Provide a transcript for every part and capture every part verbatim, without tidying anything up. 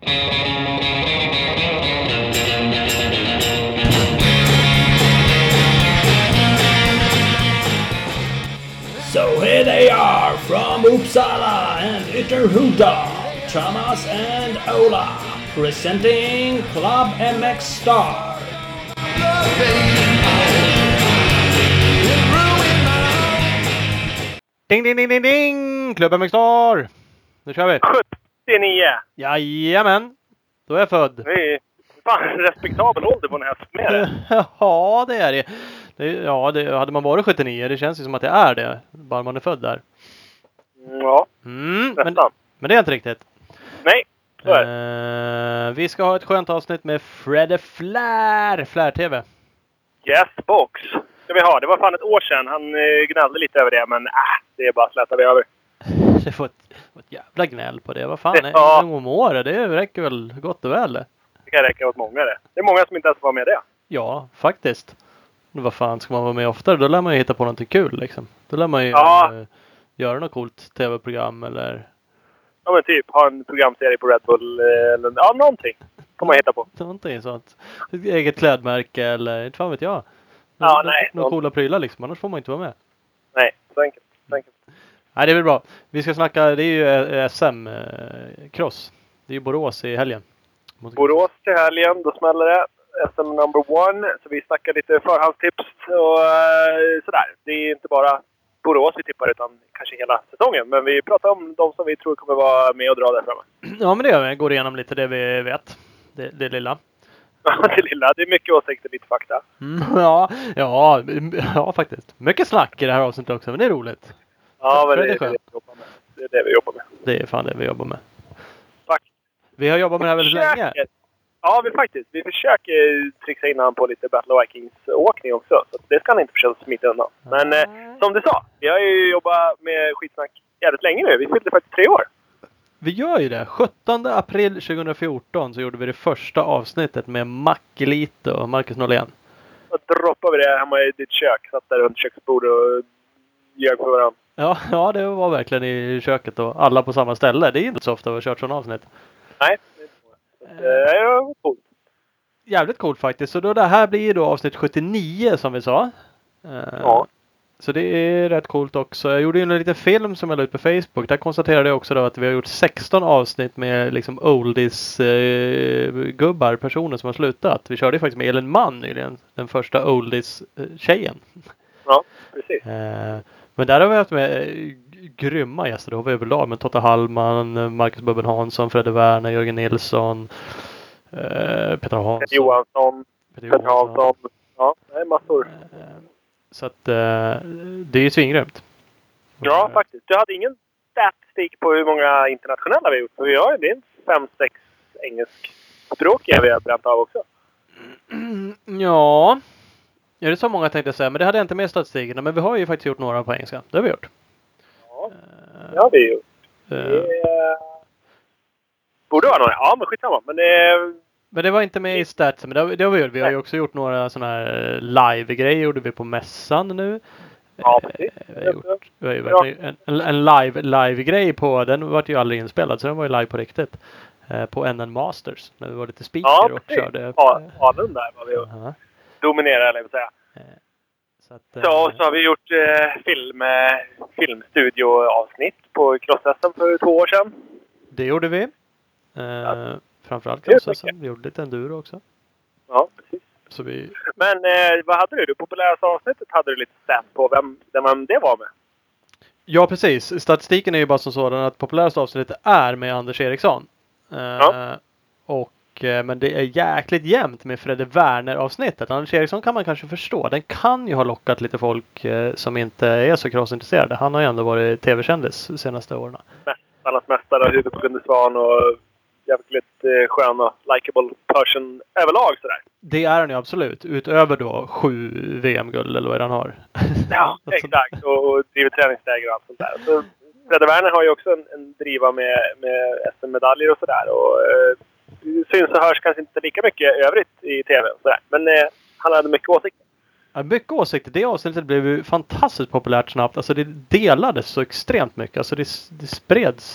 So here they are from Uppsala and Ytterhuda, Thomas and Ola, presenting Club M X Star. Ding, ding, ding, ding, ding! Club M X Star! Nu kör vi! sjuttionio! Jajamän! Då är jag född. Det är fan en respektabel ålder på en häst med det. Ja, det är det. det ja, det, hade man varit sjuttionio, det känns ju som att det är det. Bara man är född där. Ja, Mm, men, nästan. men det är inte riktigt. Nej, så är det. Uh, vi ska ha ett skönt avsnitt med Fredde Flär, Flär T V. Yes, box. Ska vi ha. Det var fan ett år sedan. Han eh, gnällde lite över det, men äh, det är bara släta vi över. Det får ett, ett jävla gnäll på det. Vad fan, är Ja. en gång om året, det räcker väl gott och väl. Det kan räcka åt många det. Det är många som inte ens var med det. Ja, faktiskt. Men vad fan, ska man vara med oftare? Då lär man ju hitta på någonting kul liksom. Då lär man ju Ja. äh, göra något coolt tv-program eller... Ja, men typ ha en programserie på Red Bull eh, eller ja, någonting får man hitta på. Någonting sånt. Ett eget klädmärke eller inte fan vet jag. Ja, Nå- nej. Några coola prylar liksom, annars får man inte vara med. Nej, så enkelt. Så enkelt. Nej, det är väl bra. Vi ska snacka, det är ju eh, S M-cross. Det är ju Borås i helgen. Borås till helgen, då smäller det. S M number one. Så vi snackar lite förhandstips och eh, sådär. Det är inte bara Borås vi tippar utan kanske hela säsongen. Men vi pratar om de som vi tror kommer vara med och dra där framme. Ja, men det gör vi. Går igenom lite det vi vet. Det, det lilla. Ja, det lilla. Det är mycket åsikter, lite fakta. Mm, ja, ja, ja, faktiskt. Mycket snack i det här avsnittet också, men det är roligt. Ja, men För det, det det, är är skönt. det, vi jobbar med. Det är det vi jobbar med. Det är fan det vi jobbar med. Tack. Vi har jobbat med det här väldigt länge. Försöker. Ja, vi faktiskt. Vi försöker trixa in han på lite Battle of Vikings-åkning också. Så det ska han inte försöka smita undan. Men eh, som du sa, vi har ju jobbat med skitsnack jävligt länge nu. Vi fyllde faktiskt tre år. Vi gör ju det. sjuttonde april tjugohundrafjorton så gjorde vi det första avsnittet med Mackelito och Marcus Norlén. Då droppade vi det hemma i ditt kök. Satt där runt köksbordet och ljög på varandra. Ja, ja, det var verkligen i köket och alla på samma ställe. Det är inte så ofta vi har kört sådana avsnitt. Nej, det är inte så. Så, eh, det var coolt. Jävligt coolt faktiskt. Så då det här blir då avsnitt sjuttionio som vi sa. Eh, Ja. Så det är rätt coolt också. Jag gjorde ju en liten film som jag la ut på Facebook. Där konstaterade jag också då att vi har gjort sexton avsnitt med liksom oldies eh, gubbar, personer som har slutat. Vi körde ju faktiskt med Elin Mann nyligen. Den första oldies eh, tjejen. Ja, precis. Eh, men där har vi haft med eh, grymma gäster. Då har vi överlag med Totta Hallman, Marcus Bubben Hansson, Fredde Werner, Jörgen Nilsson, eh, Peter Hansson. Peter Johansson. Peter Peter Hansson. Ja, det är massor. Eh, Så att eh, det är ju svingrymt. Ja, faktiskt. Du hade ingen statistik på hur många internationella vi har gjort. För vi har ju det är fem, sex engelskspråkiga vi har bränt av också. Ja. Ja, det är så många tänkte jag säga. Men det hade jag inte med i statistiken. Men vi har ju faktiskt gjort några på engelska. Det har vi gjort. Ja, det har vi gjort. Eh, Det eh, borde vara några. Ja, men skitsamma. Men det... Men det var inte med i stats. Men det har, det har vi gjort. Vi har ju också gjort några sådana här live-grejer. Gjorde vi på mässan nu. Ja, precis. Eh, Vi har gjort vi har ju verkligen en, en live, live-grej på. Den var ju aldrig inspelad. Så den var ju live på riktigt. Eh, på N N Masters. När vi var lite speaker Ja, och precis. körde. Ja, Falun där var vi och Aha. dominerade, eller vill säga. Eh, Så, att, eh, Så, så har vi gjort eh, film, eh, filmstudioavsnitt på Cross-S M för två år sedan. Det gjorde vi. Eh, Ja. Framförallt Det är Cross-S M. mycket. Vi gjorde lite enduro också. Ja, precis. Så vi... Men eh, vad hade du? Det populäraste avsnittet hade du lite stats på vem, vem det var med. Ja, precis. Statistiken är ju bara som sådan att populäraste avsnittet är med Anders Eriksson. Eh, Ja. och, eh, men det är jäkligt jämnt med Fredde Werner-avsnittet. Anders Eriksson kan man kanske förstå. Den kan ju ha lockat lite folk eh, som inte är så crossintresserade. Han har ju ändå varit tv-kändis de senaste åren. Mästarnas mästare, huvud på Gunde Svan och jävligt eh, skön och likeable person överlag sådär. Det är han ju absolut. Utöver då sju V M-guld eller vad han har. Ja, exakt. Och, och driver träningsläger och allt sånt där. Så Fredde Werner har ju också en, en driva med, med S M-medaljer och sådär. Och eh, syns och hörs kanske inte lika mycket övrigt i tv. Och sådär. Men eh, han hade mycket åsikter. Ja, mycket åsikter. Det avsnittet blev ju fantastiskt populärt snabbt. Alltså det delades så extremt mycket. Alltså det, det spreds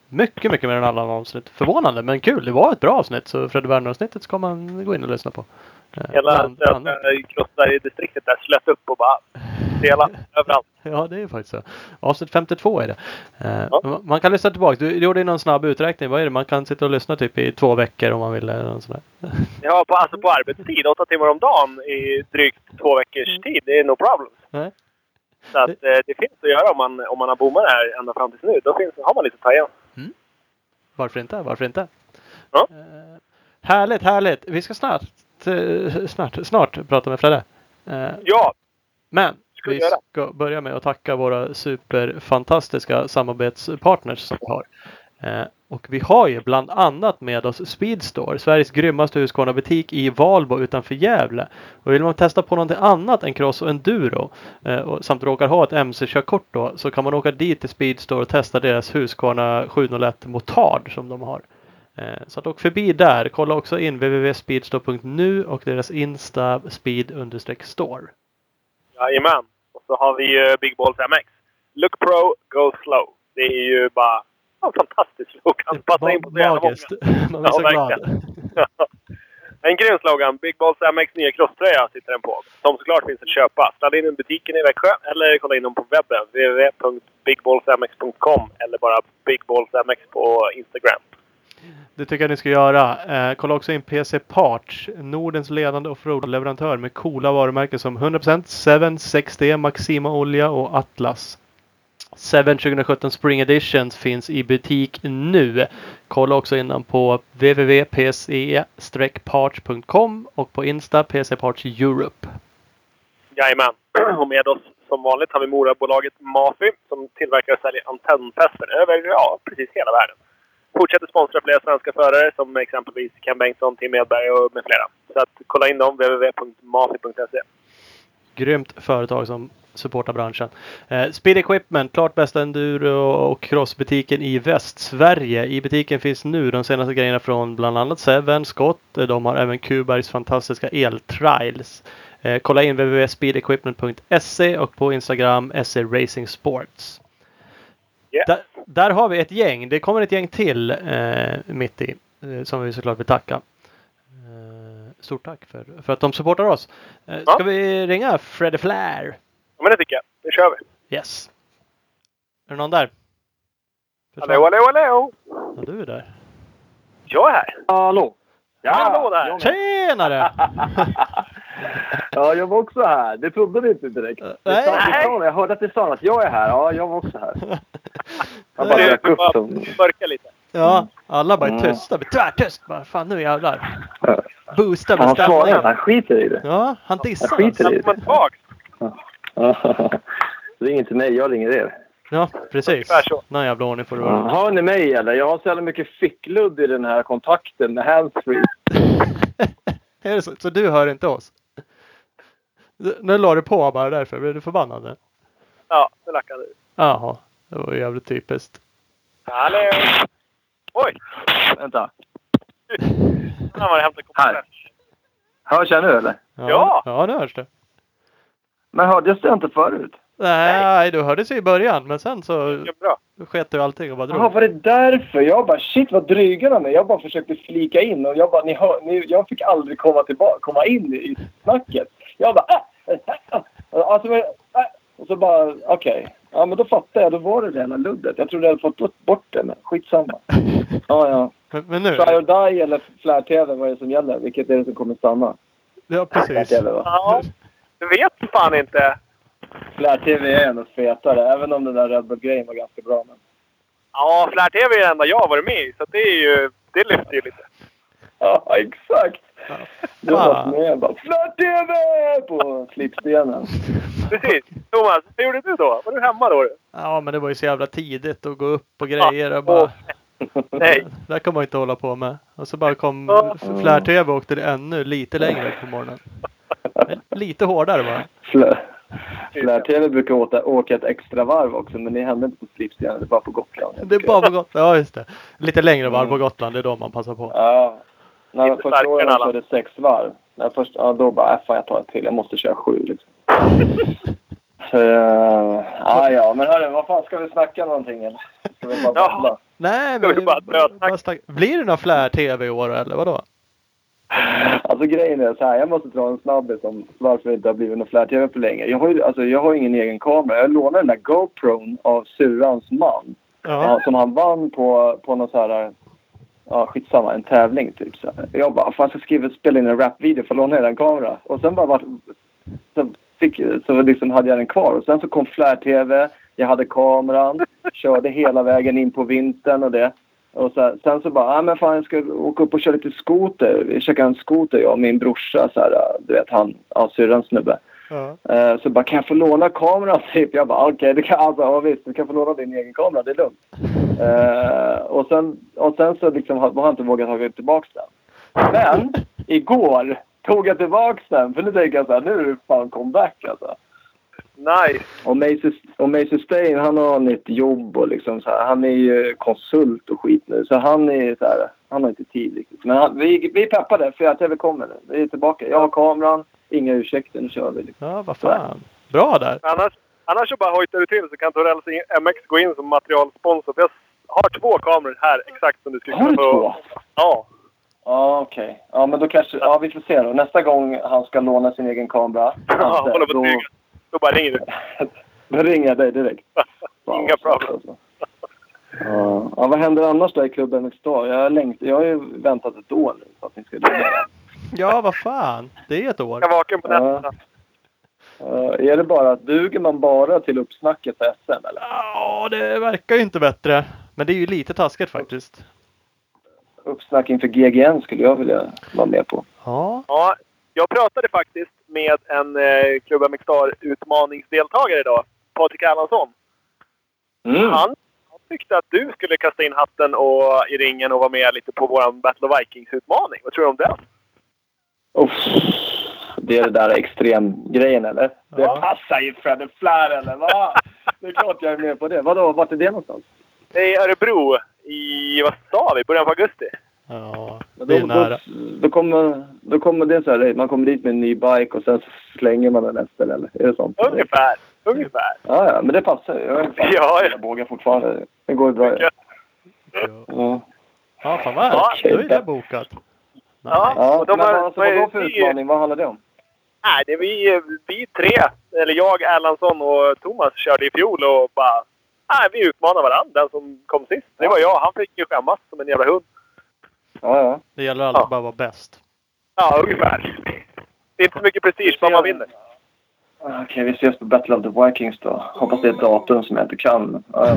Mycket, mycket mer än alla avsnitt. Förvånande, men kul. Det var ett bra avsnitt. Så Fredde Werner-avsnittet ska man gå in och lyssna på. Hela Crossberg-distriktet där slöt upp och bara dela överallt. Ja, det är faktiskt så. Avsnitt femtiotvå är det. Ja. Man kan lyssna tillbaka. Du gjorde ju någon snabb uträkning. Vad är det? Man kan sitta och lyssna typ i två veckor om man vill. Eller sådär. Ja, på, alltså på arbetstid. Åtta timmar om dagen i drygt två veckors tid. Det är no problem. Nej. Så att, det, det finns att göra om man, om man har bommat här ända fram tills nu. Då finns, har man lite att ta igen. Mm. Varför inte? Varför inte? Ja. Uh, härligt, härligt. Vi ska snart, uh, snart, snart prata med Fredde. Uh, ja. Men ska vi göra. ska börja med att tacka våra superfantastiska samarbetspartners som vi har. Uh, och vi har ju bland annat med oss Speedstore, Sveriges grymmaste Husqvarna-butik i Valbo utanför Gävle. Och vill man testa på någonting annat än cross och enduro eh, och samt råkar ha ett M C-körkort då, så kan man åka dit till Speedstore och testa deras Husqvarna sju noll ett motard som de har. Eh, så att åk förbi där. Kolla också in w w w punkt speedstore punkt nu och deras Insta speed-store. Jajamän. Och så har vi ju Big Balls M X. Look pro, go slow. Det är ju bara en fantastisk slogan. Passa in på så jävla magiskt. Man blir så ja, glad. En grym slogan. Big Balls M X nya crosströja sitter den på. Som såklart finns att köpa. Ställ in den i butiken i Växjö eller kolla in dem på webben. w w w punkt big balls m x punkt com eller bara Big Balls M X på Instagram. Det tycker jag ni ska göra. Eh, kolla också in P C Parts, Nordens ledande offroad-leverantör med coola varumärken som hundra procent Seven, sex D, Maxima Olja och Atlas. Seven tjugo sjutton Spring Editions finns i butik nu. Kolla också innan på w w w punkt p c parts punkt com och på Insta P C Parts Europe. Jajamän. Och med oss som vanligt har vi morabolaget Mafi som tillverkar och säljer antennfästen över ja, precis hela världen. Fortsätter sponsra flera svenska förare som exempelvis Ken Bengtsson, Tim Edberg och med flera. Så att kolla in dem, w w w punkt mafi punkt se. Grymt företag som supportar branschen. Eh, Speed Equipment, klart bästa enduro och crossbutiken i Västsverige. I butiken finns nu de senaste grejerna från bland annat Seven, Scott. De har även Kubergs fantastiska eltrials. Eh, kolla in w w w punkt speed equipment punkt se och på Instagram S E Racing Sports. Yeah. Där, där har vi ett gäng. Det kommer ett gäng till eh, mitt i. Eh, som vi såklart vill tacka. Eh, stort tack för, för att de supportar oss. Eh, ska ja. vi ringa Freddy Flair? Ja, men det tycker jag. Det kör vi. Yes. Är det någon där? Hallå, hallå, hallå. Ja, du är där. Jag är här. Hallå. Ja, hallå där. Tjenare! Ja, jag var också här. Det trodde vi inte direkt. Nej. Det sa, det sa, jag hörde att det sa att jag är här. Ja, jag var också här. Jag bara dök upp som... Mörka lite. Ja, alla bara är Mm. tysta. Tvärtyst. Bara, fan nu jävlar. Boosta Han med svarar, stämningen. han skiter i det. Ja, han dissar. Han skiter i Sen kommer det. man tillbaka. Ring inte mig, jag ringer er. Ja, precis. Ungefär så. Någon jävla ordning får du Ja. vara. Hör ni mig eller? Jag har så jävla mycket fickludd i den här kontakten med handsfree. Är det så? Så du hör inte oss? Nu la du på bara därför. Blev du förbannad? Ja, det lackade ut. Jaha, det var ju jävligt typiskt. Hallå. Oj. Vänta. Han var hämtat Här. Hörs jag nu eller? Ja. Ja, nu hörs det. Men hördes det inte förut? Nej, du hörde sig i början. Men sen så Det är bra. sket du allting och bara drog. Jaha, var det därför? Jag bara, shit vad dryga de är. Jag bara försökte flika in och jag bara, ni hör, ni, jag fick aldrig komma tillbaka, komma in i snacket. Jag bara, äh, äh, äh. Alltså, äh. Och så bara, okej. Okay. Ja, men då fattar jag. Då var det det hela luddet. Jag trodde jag hade fått bort det, men skitsamma. Ja, ja. Men, men nu? Try or die eller flär-tv, vad är det som gäller? Vilket är det som kommer stanna? Ja, precis. Flär-tv, va? Ja. Du vet fan inte. Flär-tv är ändå fetare, även om den där Red Bull-grejen var ganska bra. Men... Ja, Flär-tv är det enda jag har varit med i. Så det är ju... Det lyfter ju lite. Ja, exakt. Ja. Du var med bara, Flär-tv! På slipstenen. Precis. Thomas, vad gjorde du då? Var du hemma då? Ja, men det var ju så jävla tidigt att gå upp och grejer och bara... Nej. Det kan man inte hålla på med. Och så bara kom Ja. Flär-tv och åkte det ännu lite längre på morgonen. Lite hårdare bara. Flär. Flär-tv brukar åka, åka ett extra varv också, men det händer inte på slipstenen, det är bara på Gotland. Det är bara på Gotland, ja just det. Lite längre varv på Gotland, det är då man passar på. Ja. När jag Inte första starkare året än alla. körde sex varv. När jag först, ja, då bara, äh, fan jag tar ett till, jag måste köra sju liksom. Så, uh, ja, ja, men hörru, vad fan ska vi snacka någonting eller? Jag vill bara Ja. babbla. Nej, Ska vi men bara dra bara snack- blir det någon flär-tv i år eller vadå? Alltså grejen är så här, jag måste dra en snabbis om varför det inte har blivit någon flär-tv på länge. Jag har ju alltså, jag har ingen egen kamera. Jag lånade den där GoPron av syrrans man. Ja. Ja, som han vann på, på någon så här, ja skitsamma, en tävling typ så här. Jag bara, fan jag ska skriva, spela in en rap-video för att låna den kamera. Och sen bara, så, fick, så liksom hade jag den kvar. Och sen så kom flär-tv, jag hade kameran, körde hela vägen in på vintern och det. Och så, sen så bara, ja ah, men fan jag ska åka upp och köra lite skoter. Vi käkade en skoter, jag och min brorsa så här, du vet han, ja syrrans snubbe. Ja. Uh, så bara, kan jag få låna kameran typ? Jag bara, okej, okay, det kan alltså, ja visst, du kan få låna din egen kamera, det är lugnt. Uh, och, sen, och sen så liksom har han inte vågat ta tillbaka den. Men igår tog jag tillbaka den, för nu tänker jag så här, nu är det fan comeback alltså. Nice. Och Macy, och Macy Stain, han har nytt jobb och liksom så här, han är ju konsult och skit nu. Så han är så här, han har inte tid riktigt. Men han, vi, vi är peppade för att vi kommer nu. Vi är tillbaka. Jag har kameran, inga ursäkter, nu kör vi liksom. Ja, vad fan. Bra där. Annars, annars så bara hojtar du till så kan Torells M X gå in som materialsponsor. För jag har två kameror här exakt som du skulle Har du kunna få. två? Ja. Ja, okej. Okay. Ja, men då kanske, ja vi får se då. Nästa gång han ska låna sin egen kamera. Ja, Alltså, håller på då, tyget. Då bara ringer du. då ringer jag dig direkt. Inga problem. Alltså. Ja, ja, vad händer annars då i klubben nästa år? Jag har, längt, jag har ju väntat ett år nu för att ni ska låna. Ja, vad fan. Det är ett år. Jag är vaken på nätterna. Ja. Uh, är det bara att duger man bara till uppsnacket på S M eller? Ja, det verkar ju inte bättre. Men det är ju lite taskigt faktiskt. Uppsnack inför G G N skulle jag vilja vara med på. Ja. Ja, jag pratade faktiskt med en eh, Club M X Star-utmaningsdeltagare idag. Patrik Erlandsson. Mm. Han, han tyckte att du skulle kasta in hatten och, i ringen och vara med lite på våran Battle of Vikings-utmaning. Vad tror du om det? Uff, det är det där extremgrejen eller? Det Ja. passar ju Fredde Flär eller vad? Det är klart jag är med på det. Vadå, vart är det någonstans? I Örebro i, vad sa vi, början på augusti. Ja, Då, det är då, nära. då, kommer, då kommer det så här, man kommer dit med en ny bike och sen så slänger man den efter eller? Är det sånt? Ungefär, ungefär. Ja, ja, men det passar ju. Jag, är fan, Ja, ja. jag vågar fortfarande. Det går ju bra. Ja. Ja, ja fan vad Ja, Då är det bokat. Ja, Ja, och de men har, alltså, vad då för vi- utmaning? Vad handlar det om? Nej, det är vi, vi tre, eller jag, Erlandsson och Thomas körde i fjol och bara... Nej, vi utmanar varandra, den som kom sist. Det var jag, han fick ju skämmas som en jävla hund. Ja, ja. Det gäller alltid Ja. bara att vara bäst. Ja, ungefär. Det är inte så mycket prestige, bara man vinner. Okej, okay, vi ses på Battle of the Vikings då. Hoppas det är ett datum som jag inte kan. Ja.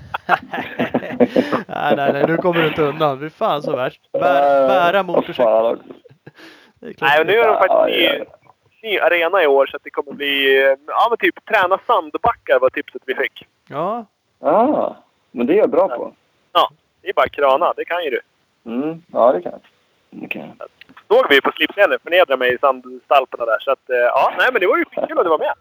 nej, nej, nej, nu kommer du inte undan. Fy fan så värst. Bär, bära motorcykel. Fan. Det är klart. Nej, och nu är de Ja, faktiskt ja, ny, ja. ny arena i år så att det kommer bli... Ja, men typ träna sandbackar var tipset vi fick. Ja, Ah, men det är jag bra på. Ja, det är bara krana, det kan ju du. Mm, ja, det kan jag. Det kan jag. Såg vi på slipstenen, förnedrade mig i sandstalperna där. Så att, eh, ja, nej men det var ju skitkul att du var med.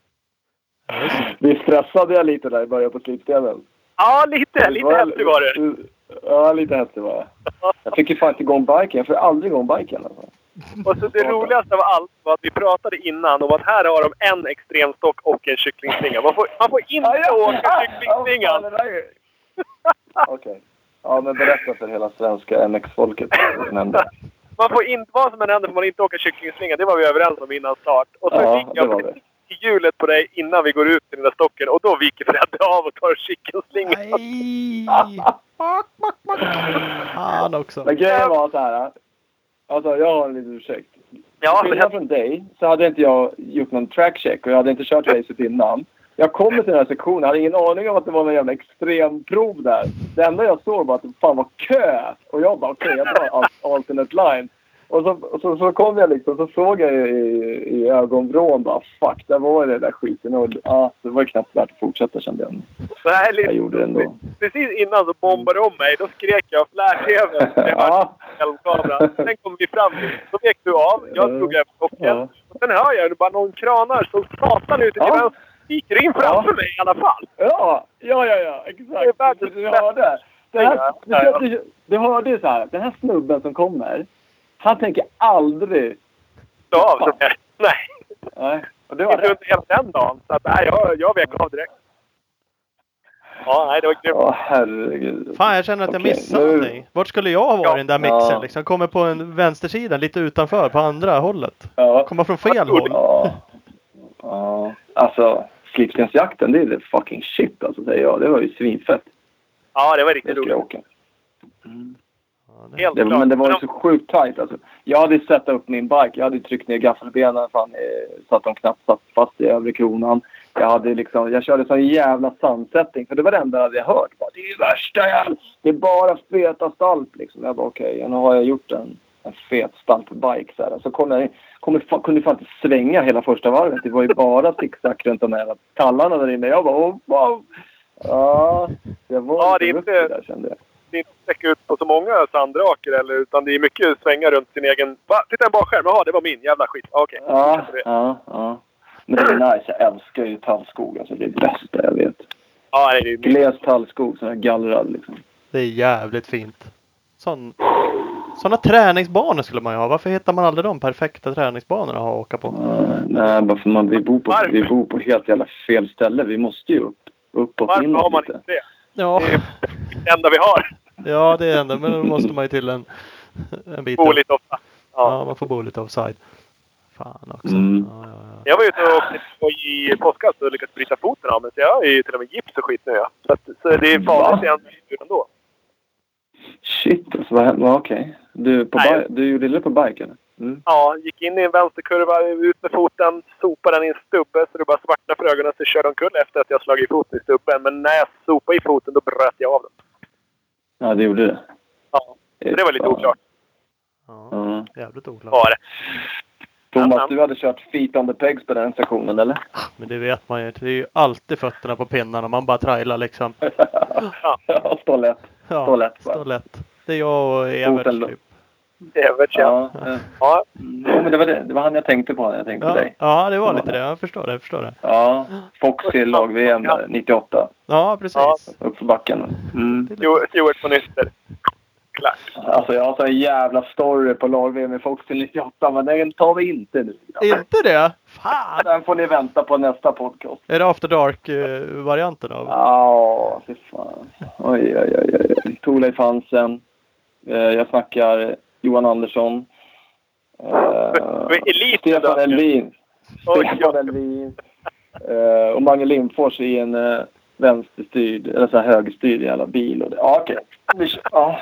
Vi stressade jag lite där i början på slipstenen. Ja, lite, lite häftig var det. Ja, lite häftig var jag. Jag fick ju fan inte igång biken. Jag får aldrig igång biken. Alltså. Och så det roligaste av allt var att vi pratade innan om att här har de en extremstock och en kycklingslinga. Man får, man får inte åka kycklingslingan. Ja, det är- Okej. Ja, men berätta för hela svenska M X-folket vad som hände. Man får inte, vad som än händer får man inte åka kycklingslinga. Det var vi överens om innan start. Och så Ja, gick det var jag det. i hjulet på dig innan vi går ut i den där stocken. Och då viker Fredde av och tar kycklingslingan. nej. Back, back, back. Han också. Men grejen var så här. Alltså, jag har en liten ursäkt. Ja, Till men skillnad från dig så hade inte jag gjort någon trackcheck och jag hade inte kört racet innan. Jag kommer till den här sektionen, jag hade ingen aning om att det var någon jävla extremprov där. Det enda jag såg var att det fan var kö. Och jag bara, okej, okay, jag drar al- alternate line. Och så, och så, så kom jag liksom, så såg jag i, i ögonvrån bara, fuck, där var det där skiten. Och ah, det var knappt värt att fortsätta, kände jag. Nej, lite, Jag gjorde det ändå. precis innan så bombade de mig. Då skrek jag flär-tv. Det var Ja. hjälmkameran. Sen kom vi fram. Så vek du av. Jag drog över stocken. Ja. Och sen hör jag bara någon kranar så satan ut i Ja. vänster. Gick in framför Ja. mig i alla fall. Ja, ja, ja, ja, Det är exakt. världens Du hörde. Det här, Ja, du, ja. du, du hörde ju så här, den här snubben som kommer, han tänker aldrig... Så av. Så, nej. Nej, och det var Inte det. under hela den dagen. Så att, nej, jag, jag vek av direkt. Ja, nej, det var grymt. Åh, herregud. Fan, jag känner att jag Okej, missade nu- någonting. Vart skulle jag ha varit i den där mixen? Ja. Liksom? Kommer på en vänstersida lite utanför, på andra hållet. Ja. Kommer från fel håll. Ja. Ja. Alltså, slipstensjakten, det är det fucking shit alltså, säger jag. Det var ju svinfett. Ja, det var Det riktigt skulle jag roligt. åka. Mm. Ja, det- Helt Det, klart. men det var ju så sjukt tajt alltså. Jag hade ju satt upp min bike. Jag hade ju tryckt ner gaffelbenen fan, eh, så att de knappt satt fast i övre kronan. Jag hade liksom, jag körde sån jävla sandsättning. För det var det enda jag hade hört. Bara, det är ju värsta jävla... Det är bara feta stalp liksom. Jag bara okej, okay, nu har jag gjort en, en fet stalp-bike så här. Så kom jag, kom jag, kunde fan inte svänga hela första varvet. Det var ju bara zigzag runt de här tallarna där inne. Jag bara oh, wow. Ja, jag var Ja, det är lite inte- ruskig där kände jag. Det är inte sträcka ut på så många sandraker eller, utan det är mycket svänga runt sin egen... Va? Titta en bakskärm. Jaha, det var min. Jävla skit. Ja, okej. Ja, ja, ja. Men det är nice. Jag älskar ju tallskog. Alltså det är det bästa jag vet. Ja, nej, det är mycket. Gles tallskog, sån här gallrad liksom. Det är jävligt fint. Sån, såna träningsbanor skulle man ju ha. Varför hittar man aldrig de perfekta träningsbanorna att åka på? Uh, nej, bara för man, vi, bor på, Varför? vi bor på helt jävla fel ställe. Vi måste ju upp, uppåt Varför inåt har man lite. inte det? Ja, Det är det enda vi har. ja det är ändå. Men då måste man ju till en, en bit. Bo upp. lite ofta. Ja, Ja. man får bo lite offside. Fan också. Mm. Ja, ja, ja. Jag var ute och åkte på i påskas och lyckats bryta foten av mig. Så jag har ju till och med gips och skit nu. Ja. Så, att, så det är farligt igen ändå. Shit, alltså, vad hände? Okej. Du, på Nej. bi- du gjorde det på bike eller? Mm. Ja, gick in i en vänsterkurva, ut med foten, sopade den i en stubbe så det bara svartnade för ögonen, så körde omkull efter att jag slagit i foten i stubben. Men när jag sopade i foten, då bröt jag av den. Ja, det gjorde det. Ja, så det var lite Fan. oklart. Ja, Ja. jävligt oklart. Var det. Thomas, du hade kört feet on the pegs på den sektionen, eller? Men det vet man ju. Det är ju alltid fötterna på pinnarna. Man bara trailar liksom. Ja, stå lätt. Ja, Stå lätt, va? stå lätt. Det är jag och Evert Foten- typ. Det vet jag. Ja, ja. Ja. Mm. Ja, men det var det. Det var han jag tänkte på när jag tänkte på Ja, dig. ja, det var lite det. Jag förstår det. Jag förstår det. Ja, Fox till lag-V M där, nittioåtta. Ja, precis. Ja. Upp för backen. Mm. Jo- Stewart på nytter. Klart. Alltså jag har så en jävla story på lag-V M med Fox till nittioåtta, men den tar vi inte nu. Inte det? Fan! Den får ni vänta på nästa podcast. Är det After Dark-varianten av? Ja, fy fan. Oj, oj, oj, oj. Thorleif Hansen. Eh, Jag snackar Johan Andersson. Eh, Eliten Stefan då? Elvin. Oj, Stefan ja. Elvin. Eh, och Mange Lindfors i en eh, vänsterstyrd, eller så här högerstyrd jävla bil. Och det. Ja, okej. Vi kör- Ja.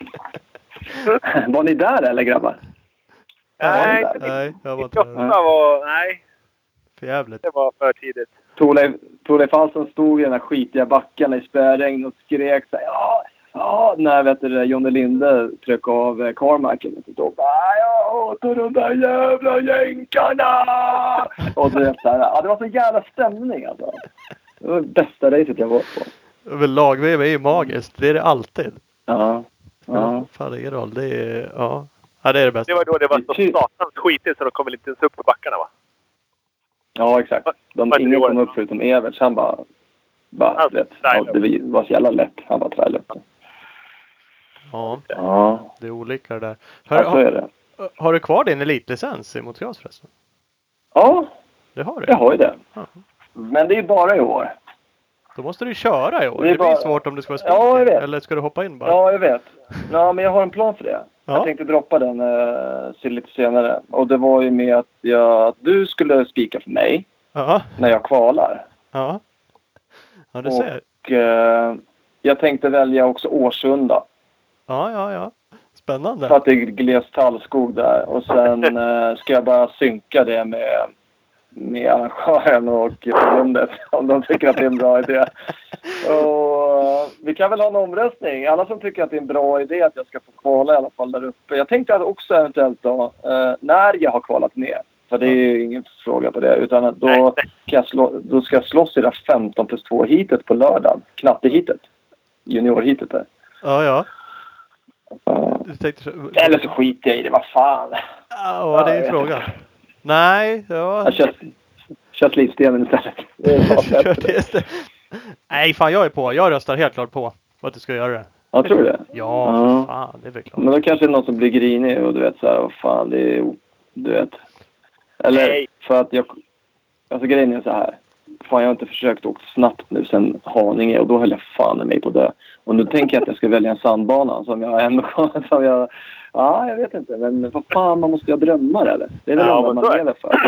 Var ni där eller grabbar? Nej, Ja, inte Nej, jag var inte nittioåtta där. var... Nej, För jävligt. det var för tidigt. Thorleif Thorleif Hansen stod i den här skitiga backen i spöregn och skrek så här, ja, ja, när vet du, Jonny Linde tryckte av eh, Carmacken. Då bara, jag hatar de där jävla jänkarna! Och du vet så här, ja, det var så jävla stämning alltså. Det var det bästa racet jag var på. Men lag-V M är ju magiskt. Det är det alltid. Ja, Ja. ja. Fan, det är ingen roll. Det är, ja. Ja, det är det bästa. Det var då det var så Ty- satans skitigt så de kom väl inte ens upp på backarna, va? Ja, exakt. De, Vad- ingen vad- kom upp förutom Evert. Han bara, bara Han vet, ja, trailer. det var så jävla lätt. Han bara trailer. Ja, Ja, det är olika det där. ja, Har, så är det. har, har du kvar din elitlicens i motocross förresten? Ja, Det har du? jag har ju det. Ja. Men det är bara i år. Då måste du köra i år. Det är Det, blir bara- svårt om du ska vara Ja, jag speaker. vet. Eller ska du hoppa in bara? Ja, jag vet. Ja, men jag har en plan för det. Ja. Jag tänkte droppa den uh, lite senare. Och det var ju med att, jag, att du skulle spika för mig Ja. när jag kvalar. Ja. Ja, du ser. Och uh, jag tänkte välja också Årsunda. Ja, ja, ja. Spännande. För att det är gles tallskog där. Och sen uh, ska jag bara synka det med, med arrangören och förbundet. Om de tycker att det är en bra idé. Och uh, vi kan väl ha en omröstning. Alla som tycker att det är en bra idé att jag ska få kvala i alla fall där uppe. Jag tänkte att också eventuellt då, uh, när jag har kvalat ner. För det är ju ingen fråga på det. Utan att då, kan jag slå, då ska jag slåss i det femton plus två hitet på lördagen. Knattehitet. Juniorhitet där. Ja, ja. Uh, Du tänkte så... eller så skiter jag i det. Vad fan. Ja, det är jag vet frågan. Nej, ja. Jag kör, kör slipstenen istället. Det är bara bättre. Just det. Nej, fan jag är på. Jag röstar helt klart på att du ska göra det. Jag tror det. Ja, Ja. för fan. Det är väl klart. Men då kanske det är någon som blir grinig och du vet så här, vad fan, det är, du vet. Eller Nej. för att jag, alltså grejen är så här. fan jag har inte försökt åka snabbt nu sen Haninge och då höll jag fan i mig på det. Och nu tänker jag att jag ska välja en sandbana som jag ändå som jag ja, jag vet inte, men vad fan, man måste ju ha drömmar eller? Det är väl Ja, vad man lever för.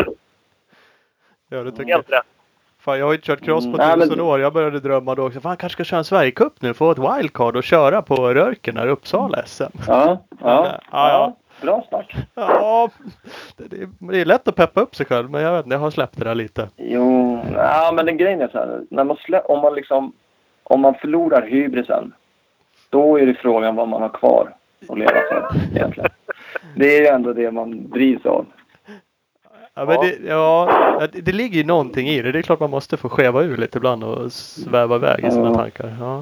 Ja, det tänker Helt rätt. Fan, jag har inte kört cross på Mm, tusen men- år. Jag började drömma då också. Fan, jag kanske ska köra en Sverigecup nu. Få ett wildcard och köra på Rörken här i Uppsala S M. Ja, ja, Ja, ja. Bra snack. Ja, det, det, det är lätt att peppa upp sig själv. Men jag vet inte, jag har släppt det där lite. Jo, ja, men den grejen är så här. När man slä, om man liksom om man förlorar hybrisen, då är det frågan vad man har kvar att leva för egentligen. Det är ju ändå det man drivs av. Ja, men det, ja, det, det ligger ju någonting i det. Det är klart man måste få skeva ur lite ibland och sväva iväg i sina Ja. tankar. Ja.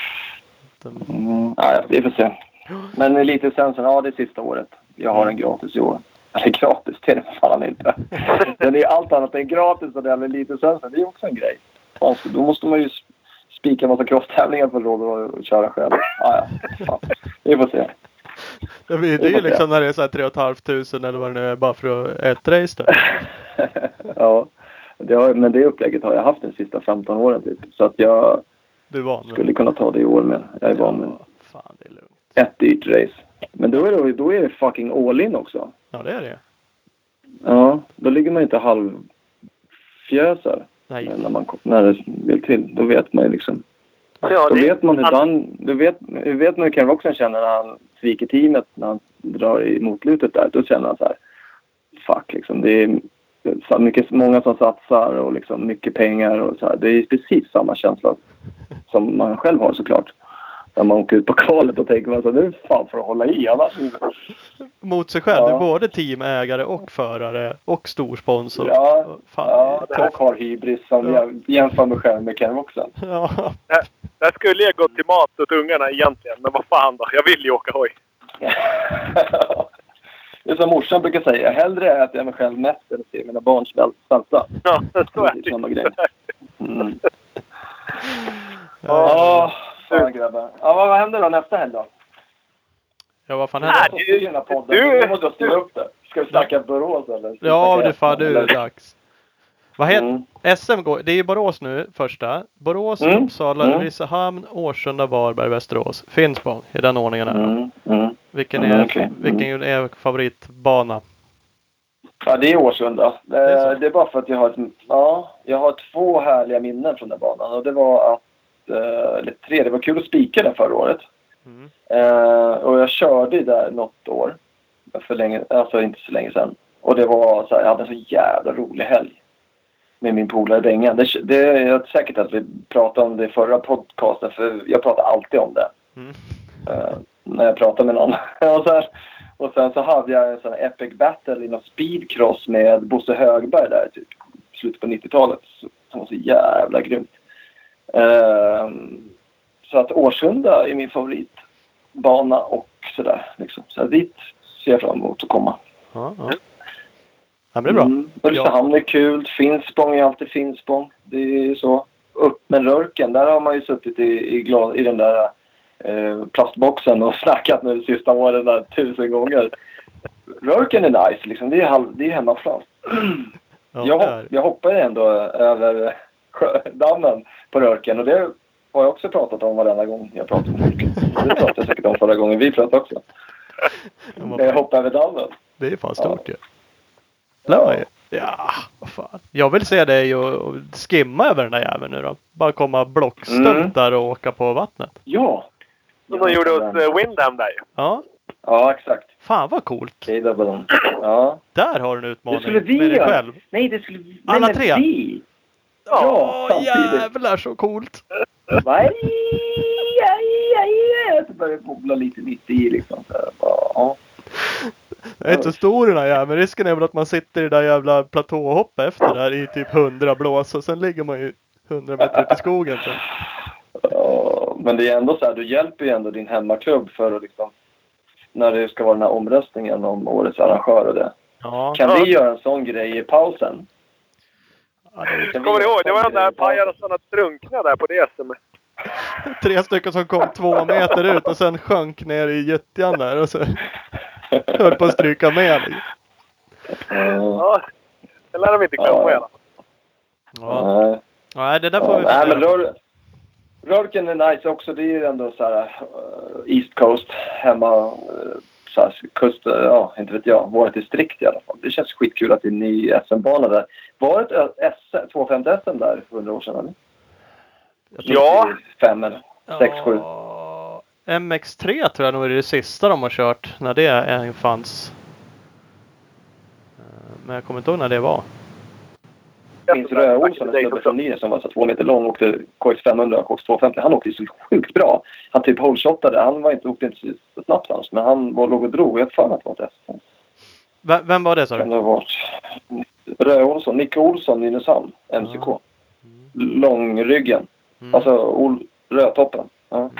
Mm, ja, vi får se. Men elitlicensen, ja det är sista året. Jag har en gratis i år. Eller gratis, det är det fan inte. Den är allt annat än gratis och det är elitlicensen. Det är också en grej. Alltså, då måste man ju spika en massa crosstävlingar för råd och köra själv. Ja, ja. Fan. Vi får se. Det, blir, det är ju liksom när det är så här tre och ett halvt tusen eller vad det nu är bara för att ett race där. Ja, det har, men det upplägget har jag haft de sista femton åren typ. Så att jag Du är van nu. skulle kunna ta det i år med. Jag är van med Ja, fan, det är lugnt. ett dyrt race. Men då är det, då är det fucking all in också. Ja, det är det. Ja, då ligger man inte halvfjösar. Nej. När, man, när det vill till. Då vet man ju liksom. Ja, Då det- vet man hur Dan, då vet, hur vet man hur Ken Roxon känner när han sviker teamet. När han drar i motlutet där. Då känner han så här. Fuck liksom. Det är så mycket, många som satsar och liksom mycket pengar och så här. Det är precis samma känsla som man själv har såklart. När man åker ut på kvalet och tänker man så här, nu fan för att hålla i annars. Mot sig själv. Ja. Du är både teamägare och förare och storsponsor. Ja, Fan, ja, det här tufft. har hybris som jag jämför mig själv med Ken Roxon. Ja. Där, där skulle jag gå till mat åt ungarna egentligen. Men vad fan då? Jag vill ju åka hoj. Det är som morsan brukar säga. Hellre äter jag mig själv mest än ser mina barn svälta. Ja, så är Det är samma det. grej. Mm. Ja, Ja, fan grabbar. Ja, vad, vad händer då nästa helg då? ja, vad fan Nej, händer? du- Du, podden. du- Du måste skriva upp det. Ska vi snacka Borås eller? Ska vi Ja, snacka det fan nu är det eller? dags. Vad heter Mm. S M går? Det är ju Borås nu första. Borås, Mm. Uppsala, Mm. Ulricehamn, Årsunda, Varberg, Västerås. Finspång i den ordningen här. Mm. Mm. Vilken Mm, är, okej. Mm. vilken är favoritbana? Ja, det är Årsunda. Det, är så. det är bara för att jag har, ett, ja, jag har två härliga minnen från den banan. Och det var att, eh, eller tre, det var kul att spika den förra året. Mm. Eh, och jag körde där något år. För länge, alltså inte så länge sedan. Och det var så här, jag hade en så jävla rolig helg. Med min polare Bengan. Det, det är jag säkert att vi pratade om det i förra podcasten. För jag pratar alltid om det. Mm. Eh, när jag pratar med någon. och, så här, och sen så hade jag en sån här epic battle i någon speedcross med Bosse Högberg där. Typ slutet på nittiotalet. Som var så jävla grymt. Eh, så att Årsunda är min favoritbana och sådär. Liksom. Så dit ser jag fram emot att komma. Ja, ja. Ja, men det är bra. Mm. Ulricehamn är kul. Finspång är alltid Finspång. Det är ju så. Upp med Rörken. Där har man ju suttit i, i, glas, i den där eh, plastboxen och snackat nu de sista åren där tusen gånger. Rörken är nice liksom. Det är, halv, det är hemmaplan. Ja, jag, det hopp, är. jag hoppar ändå över sjö, dammen på Rörken. Och det har jag också pratat om varenda gång jag pratar med folk. Det pratade jag säkert om förra gången vi pratade också. Ja, vad Jag fan. hoppar över dammen. Det är fan stort ju. Ja. Ja. Ja, vad fan. Jag vill se dig och, och skimma över den där jäveln nu då. Bara komma blockstumt Mm. där och åka på vattnet. Ja. Som de gjorde hos uh, Windham där ju. Ja, Ja, exakt. fan vad coolt. Okej, där var de. Ja. Där har du en Det utmaning skulle vi med dig göra. själv. Nej, det skulle vi. Alla nej, tre? Vi. Ja, Ja, samtidigt. jävlar så coolt. Nej, aj, aj, aj. Det börjar bubbla lite mitt i liksom. Så här, bara, ja. Jag är inte så stor den här jäveln. Risken är väl att man sitter i det där jävla platåhoppet efter där i typ hundra blås. Och sen ligger man ju hundra meter ut i skogen. Så. Ja, men det är ändå så här, du hjälper ju ändå din hemmaklubb för att liksom, när det ska vara den här omröstningen om årets arrangör och det. Ja, Kan Ja. vi göra en sån grej i pausen? ja, det är Kan vi Kommer du göra ihåg? en Det sån var de grej där i pausen? pajarna som hade drunknat där på det S M. tre stycken som kom två meter ut och sen sjönk ner i gyttjan där. Och så höll på att stryka med. Liksom. Ja. Ja, det lär de inte glömma Ja. i alla fall. Ja. Nej. Nej, det där får Ja, vi nej, men fundera på. rör, Rörken är nice också. Det är ju ändå så här uh, East Coast hemma. Uh, så här, kust, ja, inte vet jag. Vårt distrikt i alla fall. Det känns skitkul att det är en ny S M-bana där. Var det ett tvåhundrafemtio S M där för hundra år sedan? Eller? Ja. Fem eller sex, sju. Ja, M X tre tror jag nog är det sista de har kört när det än fanns. Men jag kommer inte ihåg när det var. Det finns Röja Olsson, en snubbe från Nynäs som var så två meter lång och åkte K X femhundra och K X tvåhundrafemtio. Han åkte så sjukt bra. Han typ holeshottade. Han var inte, åkte inte så snabbt alls, men han var, låg och drog. Jag fan att det var ett S M. V- vem var det, sa du? Kan det ha varit Röja Olsson, Nicke Olsson, Nynäshamn, M C K. Mm. Långryggen. Mm. Alltså Ol- Rödtoppen. Ja. Mm.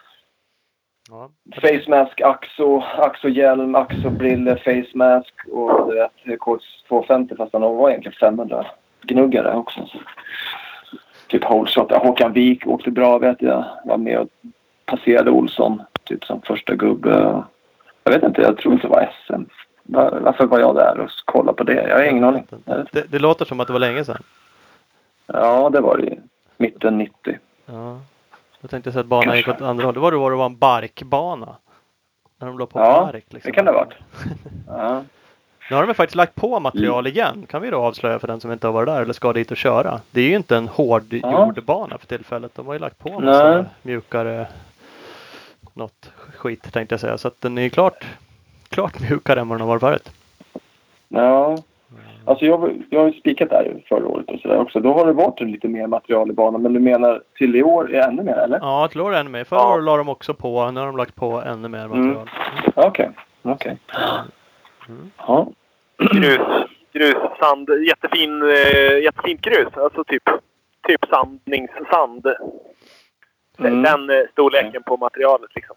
Ja. Face mask, axo, axo-hjälm, axo-brille, face mask och du vet, K X tvåhundrafemtio fast han var egentligen femhundra gnuggare också. Så. Typ holeshot. Håkan Wik åkte bra, vet jag. Var med och passerade Olsson typ som första gubbe. Jag vet inte, jag tror inte det var S M. Varför var jag där och kollade på det? Jag har ingen aning. Det, det låter som att det var länge sedan. Ja, det var det. Mitten nittio. Ja. Jag tänkte säga att banan gick åt andra håll. Det var det var det var en barkbana. När de låg på ja, bark. Liksom. Det kan det ha varit. Ja. Nu har de faktiskt lagt på material igen. Kan vi då avslöja för den som inte har varit där eller ska dit och köra. Det är ju inte en hård ja. jordbana för tillfället. De har ju lagt på en massa mjukare något skit tänkte jag säga. Så att den är klart, klart mjukare än vad den har varit förut. Ja. Alltså jag, jag har ju spikat där förra året och sådär också. Då har det varit lite mer material i banan. Men du menar till i år är ännu mer, eller? Ja, till i år är ännu mer. Förra ja. året la de också på. Nu har de lagt på ännu mer material. Okej, okej. Mm. Okay. Mm. Ja. Grus, grus, sand. Jättefin, äh, jättefint grus. Alltså typ, typ sandningssand. Mm. Den äh, storleken okay. på materialet liksom.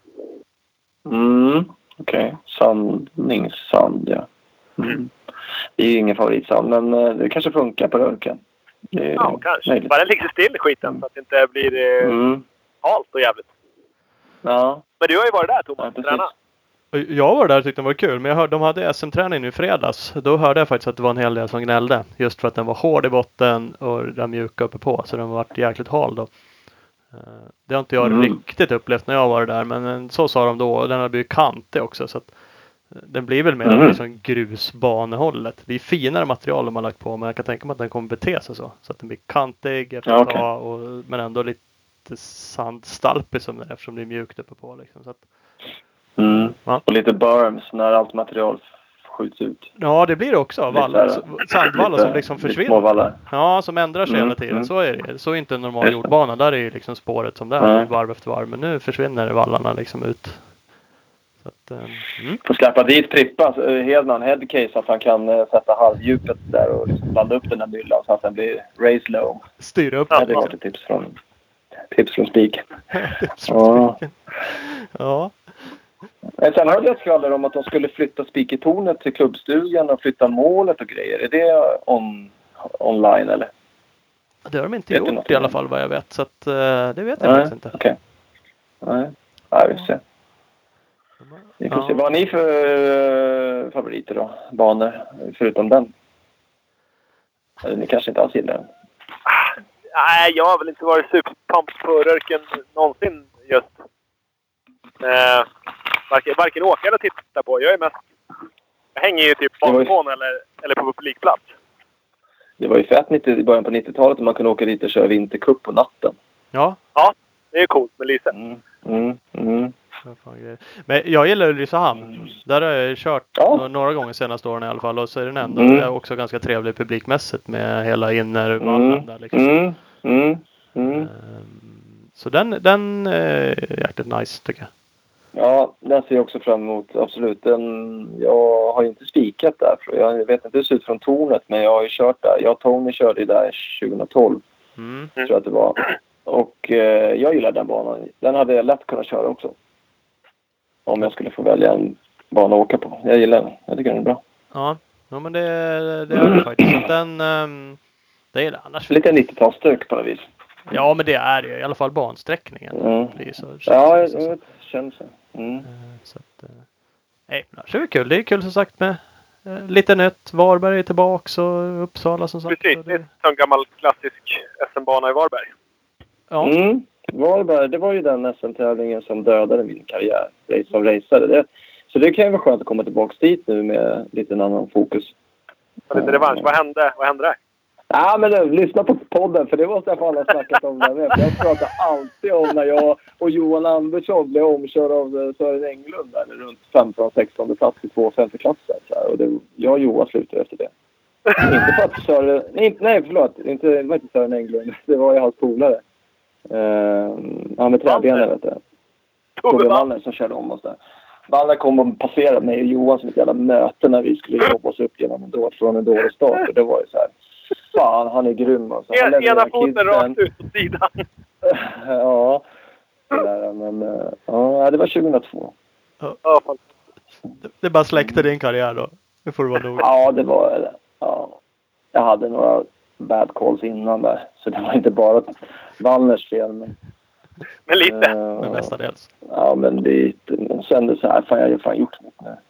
Mm, okej. Okay. Sandningssand, ja. Mm. Det är ju ingen favoritsand, men det kanske funkar på Rörken. Ja, kanske. Möjligt. Bara den ligger still i skiten mm. så att det inte blir eh, mm. halt och jävligt. Ja. Men du har ju varit där, Thomas. Ja, träna. Jag var där och tyckte det var kul, men jag hörde de hade S M-träning nu i fredags. Då hörde jag faktiskt att det var en hel del som gnällde. Just för att den var hård i botten och den mjuka uppe på. Så den var jäkligt hal då. Det har inte jag mm. riktigt upplevt när jag var där, men så sa de då. Den har blivit kantig också, så att den blir väl mer mm. liksom grusbanehållet. Det är finare material de har lagt på, men jag kan tänka mig att den kommer bete sig så. Så att den blir kantig efter ett okay. tag, och, men ändå lite sandstalpig som den, eftersom det är mjukt uppe på. Liksom. Så att, mm. ja. Och lite berms när allt material skjuts ut. Ja, det blir det också. Vallar, sandvallar som liksom försvinner. Ja, som ändrar sig mm. hela tiden. Mm. Så är det. Så är inte en normal jordbana. Där är ju liksom spåret som det är mm. varv efter varv. Men nu försvinner vallarna liksom ut. Så att, mm. Får släppa dit Prippa Hedman headcase att han kan uh, sätta halvdjupet där och liksom blanda upp den där myllan så att den blir raise low. Styra upp. Ja, det var ett tips från tips från Spik. tips från Spiken. Ja. Men sen hörde jag skvaller om att de skulle flytta Spikertornet till klubbstugan och flytta målet och grejer. Är det on, online eller? Det har de inte vet gjort i alla fall vad jag vet. Så att, uh, det vet jag Nej, faktiskt inte. Okej. Okay. Nej, ja, vi får se. Vi får ja. se. Vad har ni för uh, favoriter då? Banor förutom den? Eller ni kanske inte alls gillar den? Nej, jag har väl inte varit superpump på Rörken någonsin just. Eh, varken, varken åka eller titta på. Jag är mest... Jag hänger ju typ på ju... eller, eller på publikplats. Det var ju fett i början på nittiotalet när man kunde åka dit och köra vintercup på natten. Ja. Ja, det är coolt med Lyse. Mm, mm, mm. Men jag gillar Ulricehamn. Mm. Där har jag kört ja. några gånger senaste åren i alla fall. Och så är den ändå mm. också ganska trevlig publikmässigt med hela innervallen mm. där liksom. Mm. Mm. Mm. Så den, den är jäkligt nice tycker jag. Ja, den ser jag också fram emot. Absolut. Den, jag har inte spikat där. För jag vet inte hur det ser ut från tornet, men jag har ju kört där. Jag och Tony körde där tjugohundratolv. Mm. Tror jag att det var. Och eh, jag gillar den banan. Den hade jag lätt kunnat köra också. Om jag skulle få välja en bana att åka på. Jag gillar den. Jag tycker den är bra. Ja, ja men det, det är det faktiskt. Den, um, det är det annars. Lite nittiotalsstök på något vis. Ja, men det är det. I alla fall bansträckningen. Mm. Det är så, ja, jag, jag känner så. Mm. så att, nej, det är kul. Det är kul som sagt med eh, lite nytt. Varberg är tillbaks och Uppsala som sagt. Precis, det är en gammal klassisk S M-bana i Varberg. Ja. Mm. Varberg, det var ju den S M-tävlingen som dödade min karriär som raceare. Det, så det kan ju vara skönt att komma tillbaka dit nu med lite en annan fokus. Lite revansch. Vad hände, Vad hände där? Ja, men nu, lyssna på podden, för det måste jag få alla snackat om där med. Jag pratar alltid om när jag och Johan Andersson blev omkörda av Sören Englund där runt femton sexton plats i två femteklasser. Och det, jag och Johan slutade efter det. Inte för att Sören... Nej, nej förlåt. Inte, det var inte Sören Englund. Det var ju hans polare. Uh, han med träbenen, vet du. Tobbe Wallner som körde om oss där. Wallner kom och passerade mig och Johan som ett jävla möte när vi skulle jobba oss upp genom en då, från en dålig start. Och det var ju så här... Fan, han är grym alltså. Han en, ena foten rakt ut på sidan. Ja. Det där, men... Uh, ja, det var tjugohundratvå. Ja, fan. Det, det bara släckte din karriär då. Det får du vara nog. Ja, det var... Ja. Jag hade några bad calls innan där. Så det var inte bara Wallners fel. Men, men lite. Uh, men mestadels. Ja, men lite. Men sen det så här. Fan, jag har fan gjort något nu.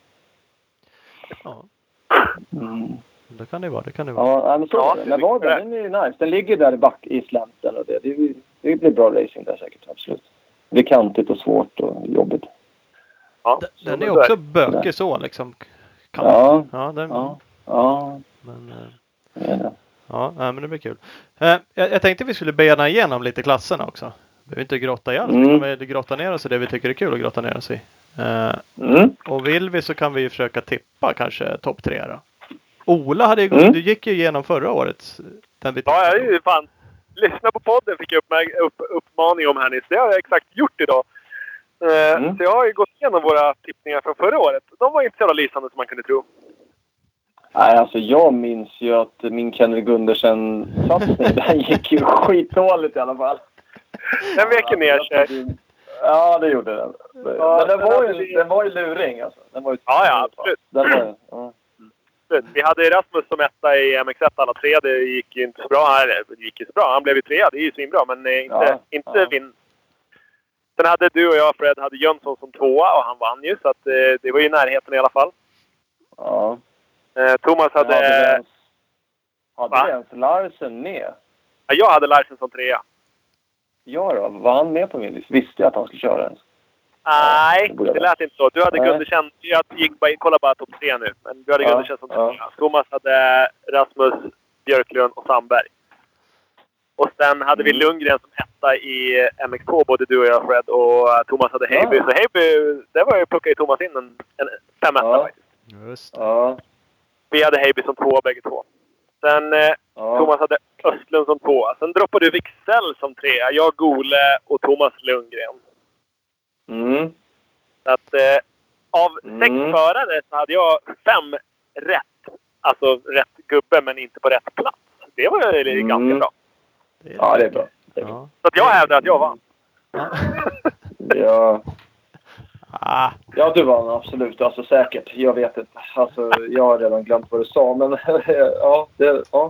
Ja. Mm. Det kan det vara, det kan det vara. Ja, men så ja, är det. Men vad den är ju nice. Den ligger där i back i slänten och det. Det, det blir bra racing där säkert, absolut. Det är kantigt och svårt och jobbigt. Ja, den den är också bökig så liksom. Kan. Ja. Ja, den, Ja. Ja. Men, Det det. ja, men det blir kul. Jag, jag tänkte vi skulle bena igenom lite klasserna också. Vi behöver inte grotta i allt. Mm. Vi kommer grotta ner oss i det vi tycker är kul att grotta ner oss i. Mm. Och vill vi så kan vi försöka tippa kanske topp tre då. Ola hade ju gått, Mm. du gick ju igenom förra året. Den vi ja, jag är ju fan... Lyssna på podden fick jag upp, upp, uppmaning om här nyss. Det har jag exakt gjort idag. Uh, Mm. Så jag har ju gått igenom våra tippningar från förra året. De var inte så jävla lysande som man kunde tro. Nej, alltså jag minns ju att min Kenny Gundersen-satsning, den gick ju skitdåligt i alla fall. Den vek ner sig. Ja, det gjorde den. Ja, men den var, ju, det... den var ju luring alltså. Den var ju... Ja, ja, absolut. Den var, ja. Vi hade Rasmus som etta i M X ett alla tre. Det gick ju inte så bra här. Det gick ju så bra. Han blev ju trea. Det är ju svinbra, men inte, Ja, inte ja. vinn. Sen hade du och jag, Fred, hade Jönsson som tvåa och han vann ju. Så att, eh, det var ju närheten i alla fall. Ja. Eh, Thomas hade... Hade vi ens, hade Va? vi ens Larsen med? Ja, jag hade Larsen som trea. Ja då, var han med på min lista? Visste jag att han skulle köra ens? Nej, det borde det jag lät inte så. Du hade Nej. Gundersen... Jag gick bara, kolla bara topp tre nu. Men du hade Ja, Gundersen som ja. trea. Thomas hade Rasmus, Björklund och Sandberg. Och sen hade vi Mm. Lundgren som etta i M X två, både du och jag, Fred. Och Thomas hade Heiby. Ja. Så Heiby, det var ju plocka i Thomas in en, en fem etta Ja. faktiskt. Just. Ja. Vi hade Heiby som två bägge två. Sen eh, Ja. Thomas hade Östlund som två. Sen droppade du Wicksell som trea. Jag, Gole och Thomas Lundgren. Mm. Så att eh, av Mm. sex förare så hade jag fem rätt. Alltså rätt gubbe men inte på rätt plats. Det var ju Mm. ganska bra. Det är Ja, det är bra. Det är bra. Ja. Så att jag hävdar att jag vann. Ja. Ja. Ah, Ja, du vann absolut. Alltså säkert. Jag vet inte. Alltså, jag har redan glömt vad du sa. Men ja, det... Ja.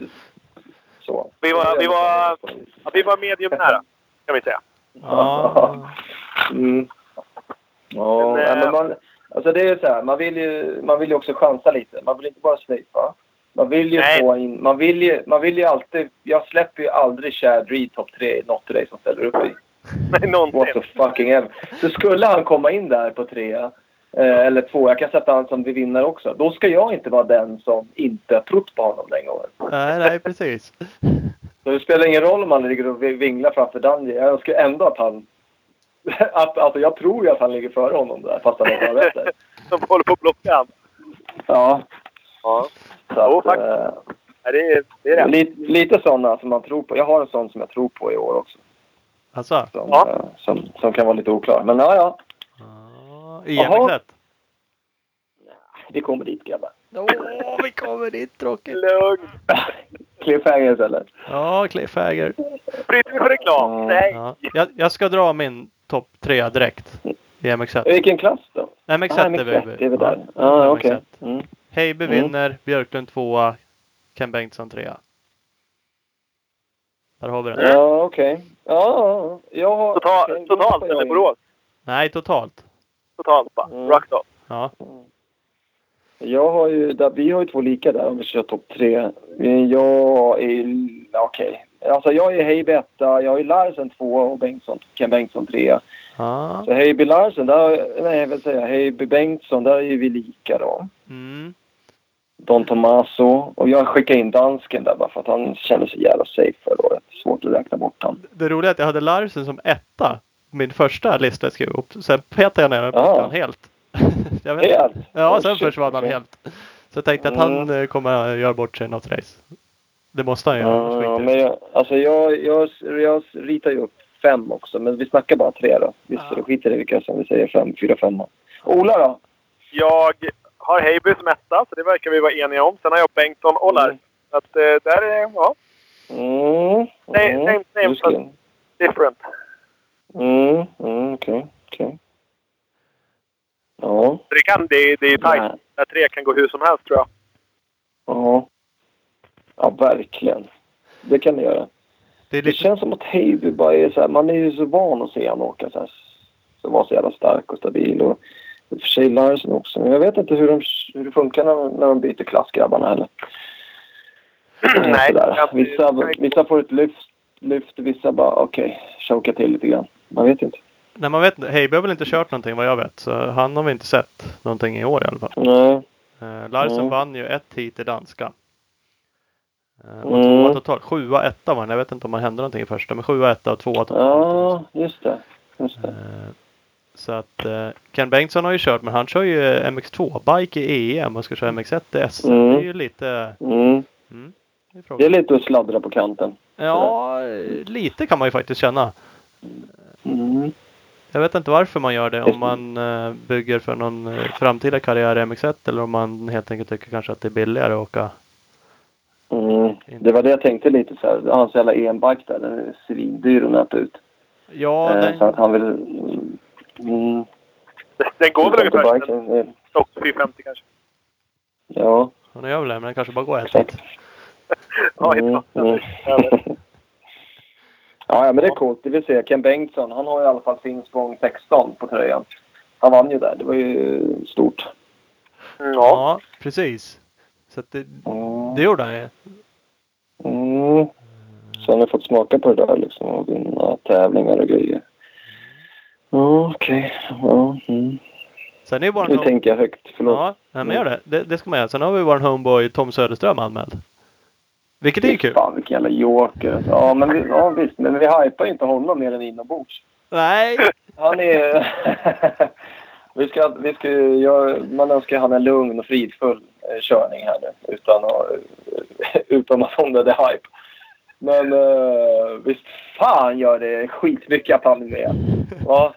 Så. Vi var, vi var, ja, vi var medium nära, kan vi säga. ja. Mm. Ja, Men, men, eh, men man... Alltså det är så här. Man vill ju, man vill ju också chansa lite. Man vill inte bara snipa. Man vill ju Nej. få in... Man vill ju, man vill ju alltid... Jag släpper ju aldrig Chad Reed topp tre i något race som ställer upp i. Nej, What the någonsin. fucking ever. Så skulle han komma in där på tre eh, eller två, jag kan sätta han som vi vinner också. Då ska jag inte vara den som inte har trott på honom länge. Nej, nej, precis. Så det spelar ingen roll om han ligger och vinglar framför Danji. Jag önskar ändå att han... att, alltså jag tror ju att han ligger före honom där, fast han inte har rätt där. Som håller på att blocka han. Ja. Ja. Så att, Jo, faktiskt. eh, Ja, det är, det är rätt. lite, lite sådana som man tror på. Jag har en sån som jag tror på i år också. Alltså. Som, Ja. eh, som, som kan vara lite oklar. Men ja, ja. Ja, I M X ett. Vi kommer dit, grabbar. Åh, vi kommer dit, tråkigt. Lugn. Cliffhangers eller? Ja, cliffhanger. Bryter vi på reklam? Ja. Nej. Ja. Jag, jag ska dra min topp tre direkt i M X ett. Vilken klass då? M X ett Ah, är M X vi. ett, det är vi där. Ja, M X okej. ett. Mm. Heiby Mm. vinner, Björklund tvåa, Ken Bengtsson trea. Där har vi den. Ja, okej. Ja, jag har... Total, okej, då totalt hoppar jag eller in. Borås? Nej, totalt. Totalt bara. Mm. Rakt av. Ja. Jag har ju, där, vi har ju två lika där om vi kör topp tre. Jag är, okej. Okay. Alltså jag är Heiby etta, jag är Larsen två och Bengtsson, Ken Bengtsson tre. Ah. Så Heiby Larsen, där, nej jag vill säga Heiby Bengtsson, där är vi lika då. Mm. Don Tomaso. Och jag skickar in dansken där bara för att han känner sig jävla safe för året. Svårt att räkna bort han. Det roliga är att jag hade Larsen som etta. Min första lista jag skrev upp. Sen petade jag ner den Ah. han helt. jag vet Helt? Ja, Oh, sen shit, försvann han okay. helt. Så jag tänkte att Mm. han kommer göra bort sig i något race. Det måste han göra. Ja, men jag, alltså jag, jag, jag ritar ju upp fem också. Men vi snackar bara tre då. Visst, Ja. det skiter i vilka som vi säger fem, fyra, femma. Ola då? Jag har Heiby som etta, så det verkar vi vara eniga om. Sen har jag Bengtsson och Lars. Mm. Så att eh, där är, ja, Mm. same, Mm. same, same, Du ska- but different. Mm. Mm. Okej. Okej. Ja. Så det kan, det, det är tajt. Ja. Där tre kan gå hur som helst, tror jag. Ja. Ja, verkligen. Det kan det göra. Det är Det lite... känns som att Heiby bara är så här, man är ju så van att se han åka så här, så var så jävla stark och stabil och i och för sig Larsen också. Men jag vet inte hur, de, hur det funkar när, när de byter klass, grabbarna heller. Nej, Sådär. jag- Vissa, vissa får ett lyft, lyft vissa bara okej, okay, choka till lite grann. Man vet inte. Nej, man vet inte. Heiby har väl inte kört någonting vad jag vet. Så han har vi inte sett någonting i år i alla fall. Nej. Uh, Larsen Mm. vann ju ett hit i danska. Uh, och Mm. tvåa totalt. Sjua, etta var han. Jag vet inte om man hände någonting i första. Men sjua, etta och tvåa totalt. Ja, just det. Just det. Uh, så att uh, Ken Bengtsson har ju kört. Men han kör ju M X två-bike i E M. Och ska köra M X ett i S M. Mm. Det är ju lite... Mm. Mm, det är Det frågan. är lite att sladdra på kanten. Ja, lite kan man ju faktiskt känna. Mm. Jag vet inte varför man gör det. Om man uh, bygger för någon uh, framtida karriär i M X ett. Eller om man helt enkelt tycker kanske att det är billigare att åka. Mm. Det var det jag tänkte lite så här. Hans jävla E M-bike där. Den är svindyr att nöta ut. Ja, eh, den... Så att han vill... Mm, Den går väl ungefär en biken, eh, stock fyrahundrafemtio kanske. ja. Hon gör väl det, men den kanske bara går ett Exakt. hit. Ja, Mm, inte mm. Ja, ja, men det är coolt. Det vill säga Ken Bengtsson. Han har i alla fall Finspång sexton på tröjan. Han vann ju där. Det var ju stort. Ja. Ja, precis. Så att det, Mm. det gjorde han ju. Mm. Så han har fått smaka på det där liksom. Och vinna tävlingar och grejer. Ja, okej. Ja, mm. Sen är ju Nu våran... tänker jag högt. Förlåt. Ja, nej, men gör det. det. Det ska man göra. Sen har vi vår homeboy Tom Söderström anmäld. Vilket är ju kul. Fan, vilken jävla joker. Ja, men vi, ja, visst. Men vi hypar ju inte honom mer än inombords. Nej. Han är... vi ska, vi ska göra, man önskar han en lugn och fridfull eh, körning här nu. Utan att, utan att hon är det hype. Men uh, visst fan gör det skitmycket att han är med. Ja.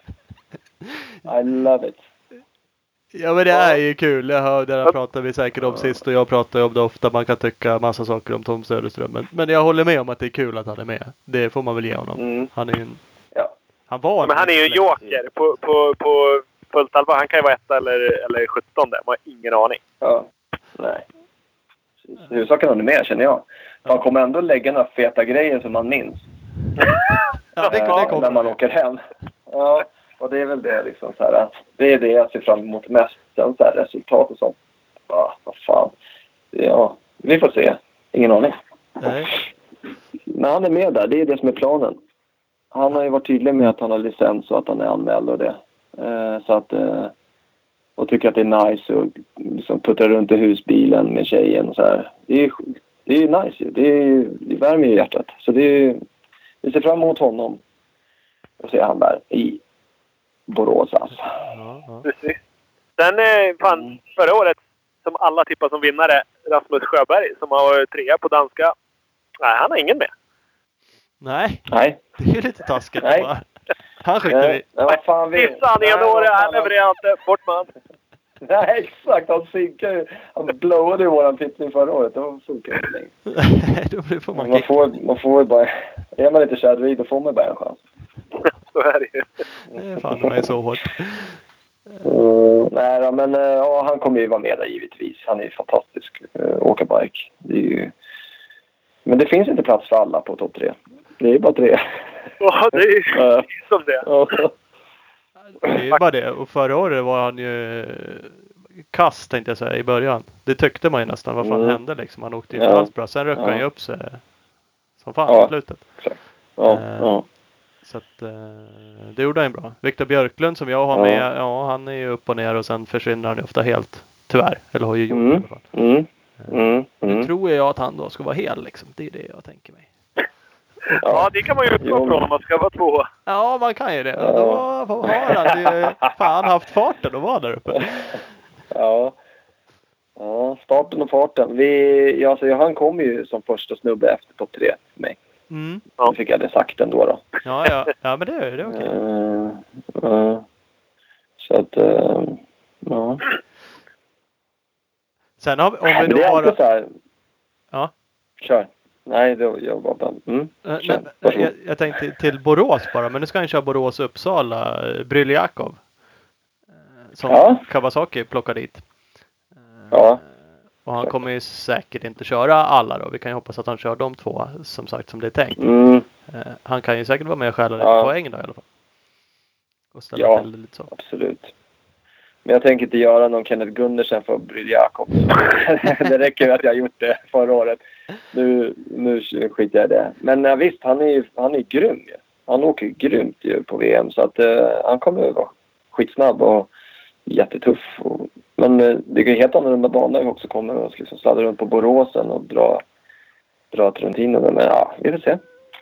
I love it. Ja, men det är ju kul. Jag hör, det här pratar vi säkert om sist och jag pratar ju om det ofta. Man kan tycka massa saker om Tom Söderström. Men, men jag håller med om att det är kul att han är med. Det får man väl ge honom. Mm. Han är ju en... Ja. Han var Men han är ju en joker på, på, på fullt allvar. Han kan ju vara etta eller, eller sjutton där. Man har ingen aning. Ja. Nej. Huvudsaken han är med, känner jag. Han kommer ändå lägga några feta grejer som man minns. Ja, det, det Eh, kommer. när man åker hem. Ja, och det är väl det liksom så här. Det är det jag ser fram emot mest. Sen så här resultat och sånt. Ja, vad fan. Ja, vi får se. Ingen aning. Nej. Men han är med där. Det är det som är planen. Han har ju varit tydlig med att han har licens och att han är anmäld och det. Eh, så att... Eh, och tycker att det är nice och liksom puttar runt i husbilen med tjejen och så här. Det är det är nice ju. Det, är, det värmer i hjärtat. Så det är, vi ser fram emot honom. Och se han där i Borås alltså. Ja, ja. Precis. Sen eh, fan, Mm. förra året som alla tippar som vinnare, Rasmus Sjöberg som har trea på danska. Nej, han har ingen med. Nej, Nej. det är ju lite taskigt. Nej. Bara. Han skickar Nej, vi. nej, vad fan vi... Missa han ena Nej, vad året, fan, han levererar inte. Bort med han. Nej, exakt. Han sinkade ju. Han blowade ju våran tippning förra året. Det funkar inte längre. Nej, då får man Man kicka. får, man får ju bara... Är man inte Chad Reed, då får man bara en chans. Så är det ju. Det är fan, de är så hårt. Uh, nej då, men uh, ja, han kommer ju vara med där givetvis. Han är ju fantastisk. Uh, åka bike. Det är ju... Men det finns inte plats för alla på topp tre. Det är bara tre. Ja, det är ju Ja. som det. Ja. Det är bara det. Och förra året var han ju kast tänkte jag säga i början. Det tyckte man ju nästan. Vad fan Mm. hände liksom? Han åkte ju Ja. inte alls bra. Sen röck Ja. han ju upp sig som fan Ja. i slutet. Exakt. Ja, Eh, ja. Så att eh, det gjorde han bra. Viktor Björklund som jag har Ja. med. Ja, han är ju upp och ner och sen försvinner han ju ofta helt. Tyvärr. Eller har ju gjort det i Mm. alla fall. Mm. Mm. Nu Mm. tror jag att han då ska vara hel liksom. Det är det jag tänker mig. Ja, det kan man ju utgå Jo. från om man ska vara två. Ja, man kan ju det. Ja. Då har han ju fan haft farten att vara där uppe. Ja. Ja, starten och farten. Vi, ja, alltså, han kom ju som första snubbe efter topp tre för mig. Mm. Ja. Det fick jag det sagt ändå då. Ja, ja. Ja, men det är det är okej. Uh, uh, så att, uh, ja. Sen har vi, om vi Men då det är bara... alltid så här. Ja. Kör. Nej, det, jag var bara... Mm. Eh, Kör. Men, Varsågod. jag, jag tänkte till Borås bara, men nu ska han köra Borås-Uppsala, Bryljakov. Som Ja. Kawasaki plockar dit. Eh, Ja. Och han kommer ju säkert inte köra alla då. Vi kan ju hoppas att han kör de två som sagt som det är tänkt. Mm. Eh, Han kan ju säkert vara med och stjäla lite Ja. poäng då i alla fall. Och ställa Ja. till det lite så. Absolut. Men jag tänker inte göra någon Kenneth Gundersen för Bryljakov. Det räcker att jag har gjort det förra året. Nu, nu skiter jag i det. Men ja, visst, han är ju han är grym ju. Han åker ju grymt ju på V M. Så att uh, han kommer att vara skitsnabb och jättetuff. Och, men uh, det är ju helt annorlunda banor också. Kommer och liksom sladda runt på Boråsen och dra, dra Trentino. Men ja, vi får se.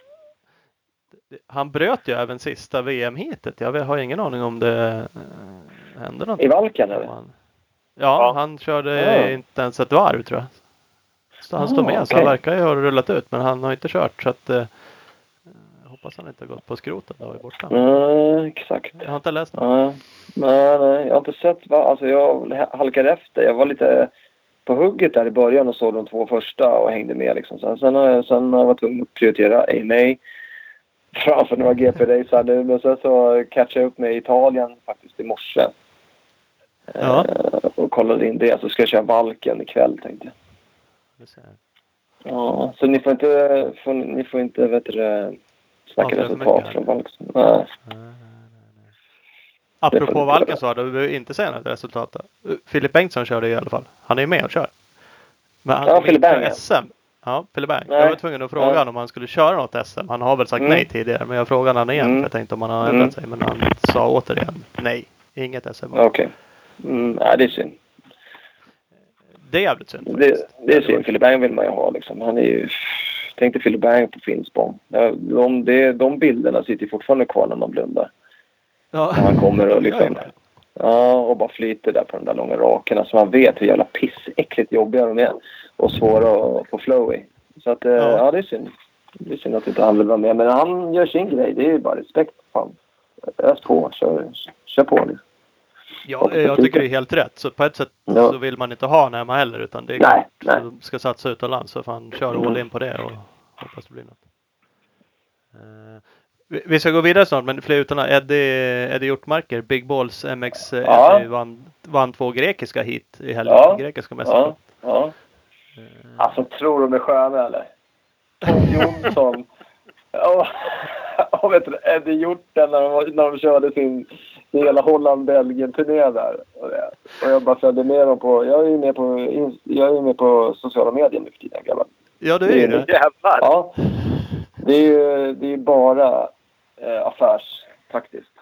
Han bröt ju även sista V M-hitet. Jag har ingen aning om det eh, hände något. I Valkan eller? Ja, Ja. han körde Ja. inte ens ett varv tror jag. Så han Ah, står med så okej. han verkar ju ha rullat ut men han har inte kört så att eh, jag hoppas han inte har gått på skroten då är borta. Mm, exakt. Jag har inte läst något. Ja, nej, nej, jag har inte sett vad, alltså jag halkade efter. Jag var lite på hugget där i början och såg de två första och hängde med liksom. Sen, sen har jag, sen har jag varit tvungen att prioritera A M A framför några G P-racer nu. Men sen så catchade jag upp med Italien faktiskt i morse. Ja. Eh, och kollade in det. Så ska jag köra Valken ikväll tänkte jag. Vi ser. Ja, så ni får inte, får, ni får inte vet du, det, snacka Ja, för resultat mycket. från Valken. Nej. Apropå Det- Valken så har du behöver inte säga något resultat. då. Filip Bengtsson körde i alla fall. Han är ju med och kör. Men han Ja, kom Filip inte Bang, på ja. S M. Ja, Filip Bang. Nej. Jag var tvungen att fråga Ja. honom om han skulle köra något S M. Han har väl sagt Mm. nej tidigare. Men jag frågade honom igen. Mm. För jag tänkte om han har Mm. ändrat sig. Men han sa återigen nej. Inget S M. Okej. Mm, nej, det är synd. Det är jävligt synd. Det, faktiskt. det är synd. Philip Bang vill man ju ha liksom. Han är ju... Tänk dig Philip Bang på Finspång. Ja, de, det, de bilderna sitter ju fortfarande kvar när man blundar. Ja. Han kommer och Ja, liksom... ja. Ja, och bara flyter där på de där långa rakerna. Så man vet hur jävla pissäckligt jobbiga de är. Och svåra att få flow i. Så att, ja. Ja. ja, det är synd. Det är synd att inte han vill vara med. Men han gör sin grej. Det är ju bara respekt. Fan. Ös på. Kör, kör på liksom. Ja, jag tycker det är helt rätt. Så på ett sätt Ja. så vill man inte ha honom hemma heller. Utan det är Nej, klart, nej. så ska satsa utomlands. Så fan kör Mm. all in på det och hoppas det blir något. Eh, vi- vi ska gå vidare snart, men fler utomlands. Eddie, Eddie Hjortmarker, Big Balls M X eh, Ja. Eddie vann, vann två grekiska hit i helgen. Ja. Grekiska Ja, mästerskap. ja. Alltså, tror de är sköna eller? Tom Jonsson. Ja, och vet du, Eddie Hjorten när de, när de körde sin, sin hela Holland-Belgien-turné där. Och, det. och jag bara följde med dem på, jag är ju med på, jag är ju med på sociala medier nu för tiden, grabbar. Ja, det är ju det. Jävlar! Ja, det är ju det är bara eh, affärstaktiskt.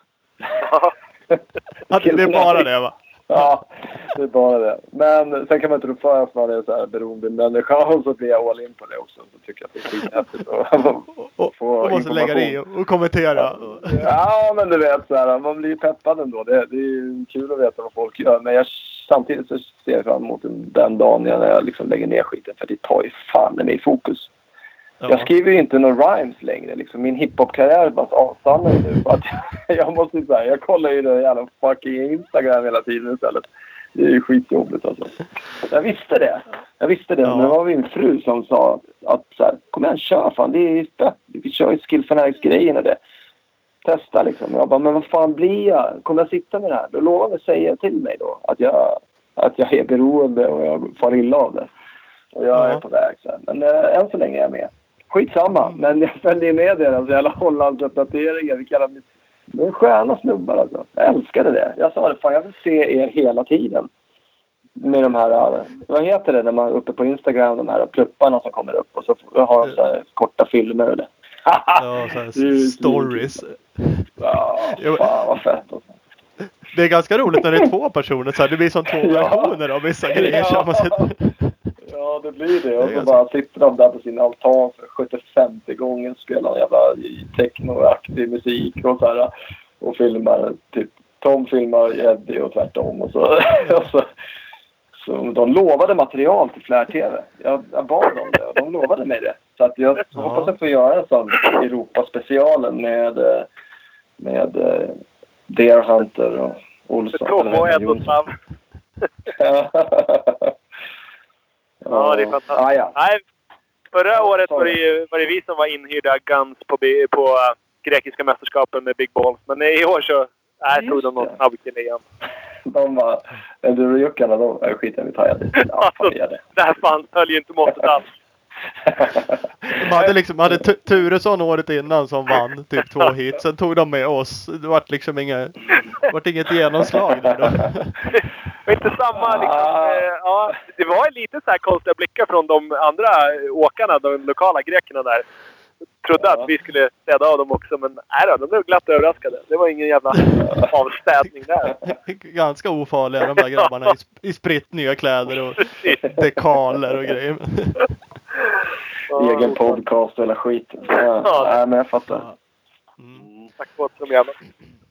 Att det är bara det va? Ja, det är bara det. Men sen kan man inte rå för att man är så här beroende människa och så blir jag all in på det också. Så tycker jag att det är skithäftigt att Och, få och måste lägga det i och, och kommentera. Ja, men du vet så här, man blir ju peppad ändå. Det, det är ju kul att veta vad folk gör. Men jag, samtidigt så ser jag fram emot den dagen när jag liksom lägger ner skiten. För det tar ju fan med mig i fokus. Ja. Jag skriver ju inte några rhymes längre. Liksom. Min hiphop-karriär bara avstannar ju nu. För att jag måste säga, jag kollar ju den jävla fucking Instagram hela tiden istället. Det är ju skitjobbigt alltså. Jag visste det. Jag visste det. Ja. Men det var min fru som sa att, att så här, kom igen, kör fan. Det är fett. Vi kör ju skill fanatics-grejen och det. Testa liksom. Jag bara, men vad fan blir jag? Kommer jag sitta med det här? Då lovar jag säga till mig då att jag, att jag är beroende och jag far illa av det. Och jag Ja. är på väg så här. Men äh, än så länge är jag med. Skitsamma, men jag följer med det. Alltså jävla Hollandsuppdateringar. Vi kallar det. Det är sköna snubbar alltså. Jag älskade det. Jag sa det, fan jag vill se er hela tiden. med de här, vad heter det när man är uppe på Instagram, de här plupparna som kommer upp och så har de så här korta filmer eller. Ja, så här stories. Ja, fan vad fett alltså. Det är ganska roligt när det är två personer så här, det blir som två versioner av vissa grejer. Ja. Man sitter... Ja, det blir det. Och det så ganska... bara sitter de där på sin altan för sjuttiofemte gången, spelar jävla technoaktig musik och så här. Och filmar, typ Tom filmar Eddie och tvärtom. Och så, och så, så de lovade material till Flär-T V. Jag, jag bad dem det och de lovade mig det. Så att jag ja. hoppas att få göra en sån Europa-specialen med, med Deer Hunter och Olsson. Tom och Ed och Sam. Ja, det är fantastiskt. Ah, ja. Nej, förra året var det, var det vi som var inhyrda Guns på, på uh, grekiska mästerskapen med Big Balls. Men i år så äh, tog de någon snabb kille igen. De var... Enduro-juckarna, de är skiten vi tar dit. Ja, alltså, det. det här fan höll ju inte måttet alls. De hade liksom, hade Turesson året innan som vann typ två hit. Sen tog de med oss. Det vart liksom inget, vart inget genomslag där då. Det var inte samma liksom, eh, ja, det var lite så här konstiga blickar från de andra åkarna, de lokala grekerna där. Trodde ja. att vi skulle städa av dem också, men nej då, de blev glatt överraskade. Det var ingen jävla avstädning där. Ganska ofarliga de där grabbarna i, i spritt nya kläder och dekaler och grejer. Egen podcast eller skit. Ja, ja. Nej, men jag fattar. Mm. Tack för att de gärna.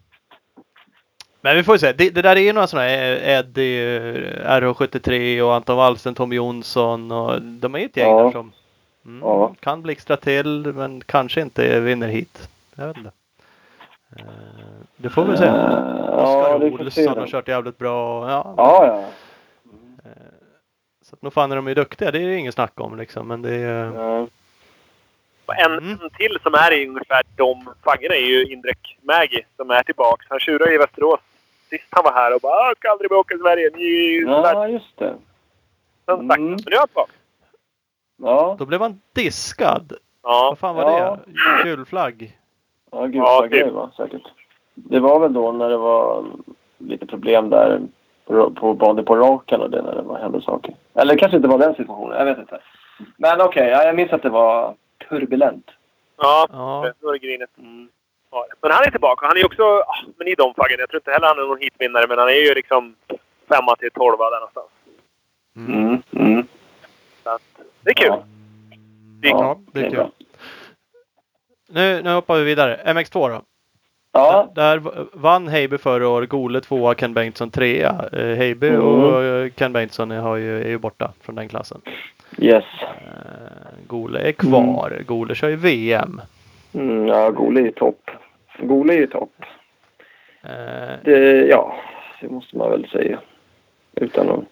Men vi får ju se. Det, det där är ju några sådana här Eddie, R H sjuttiotre och Anton Wallsten, Tom Jonsson och de är ju ett gäng ja. där som mm, ja. kan blixtra till men kanske inte vinner hit. Jag vet inte. Uh, det får vi se. Uh, Oskar ja, Olsson har kört jävligt bra. Ja, ja. ja. Uh, så att nog fan är de ju duktiga. Det är ju ingen snack om liksom. Men det är... Uh, En mm. till som är i ungefär de faggarna är ju Indrek Mägi som är tillbaka. Han tjurar i Västerås. Sist han var här och bara jag ska aldrig åka i Sverige. Ni ja, just det. Sen stack mm. Men nu är han tillbaka. Ja. Då blev han diskad. Ja. Vad fan var ja. det? Gulflagg. Ja, gulflagg ja, va, säkert. Det var väl då när det var lite problem där på, på banan på rakan och det när det var hände saker. Eller kanske inte var den situationen, jag vet inte. Men okej, okay, jag minns att det var turbulent. Ja, ja. Det var det grinet. Mm. Ja. Men han är tillbaka. Han är också, ah, men i de faggen. Jag tror inte heller han är någon hitvinnare, men han är ju liksom femma till tolva där någonstans. Mm. Mm. Så att, det är kul. Ja. Det är, ja, det är kul. Nu, nu hoppar vi vidare. M X två då. Ja. Där, där vann Heiby förra år. Gole tvåa, Ken Bengtsson trea. Eh, Heiby mm. och Ken Bengtsson är, har ju, är ju borta från den klassen. Yes. Uh, Gole är kvar. Mm. Gole kör ju V M. Mm, ja, Gole är topp. Gole är ju topp. Uh, det, ja, det måste man väl säga. Utan att...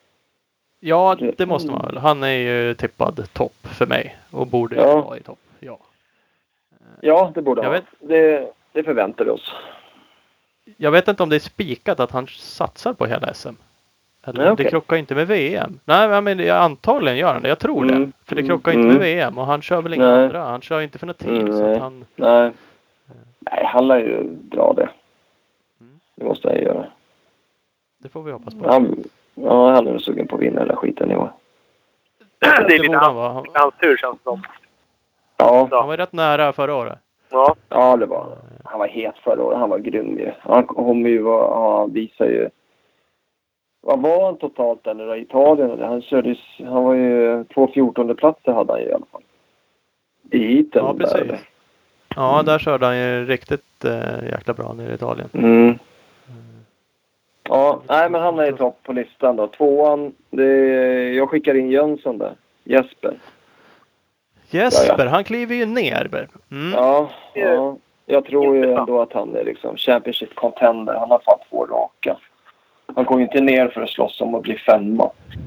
Ja, det måste man väl. Han är ju tippad topp för mig. Och borde ja. vara i topp. Ja. Uh, ja, det borde han. Vet... Det, det förväntar vi oss. Jag vet inte om det är spikat att han satsar på hela S M. Eller, Nej, okay. Det krockar inte med V M. Nej, men antagligen gör han det. Jag tror mm. det. För det krockar inte mm. med V M. Och han kör väl inga Nej. andra. Han kör inte för något team. Mm. Så att han... Nej. Nej, han lär ju dra det. Mm. Det måste jag göra. Det får vi hoppas på. Han, ja, han är sugen på att vinna hela skiten i år. Det är det lite hans, han... hans tur känns det som. Ja. Han var rätt nära förra året. Ja. Ja, det var. Han var het förra året. Han var grym ju. Han kommer ju vara, han visar ju. Vad var han totalt där då? Italien? Han körde, han var ju två fjortonde platser hade han ju i alla fall. I hiten. Ja, precis. Där. Ja, mm. där körde han ju riktigt äh, jäkla bra nere i Italien. Mm. Mm. Ja, nej men han är ju topp på listan då. Tvåan, det är, jag skickar in Jönsson där. Jesper. Jesper, ja, ja. Han kliver ju ner. Mm. Ja, ja, jag tror ju ändå att han är liksom Championship contender. Han har fan två raka. Han går ju inte ner för att slåss om att bli femma.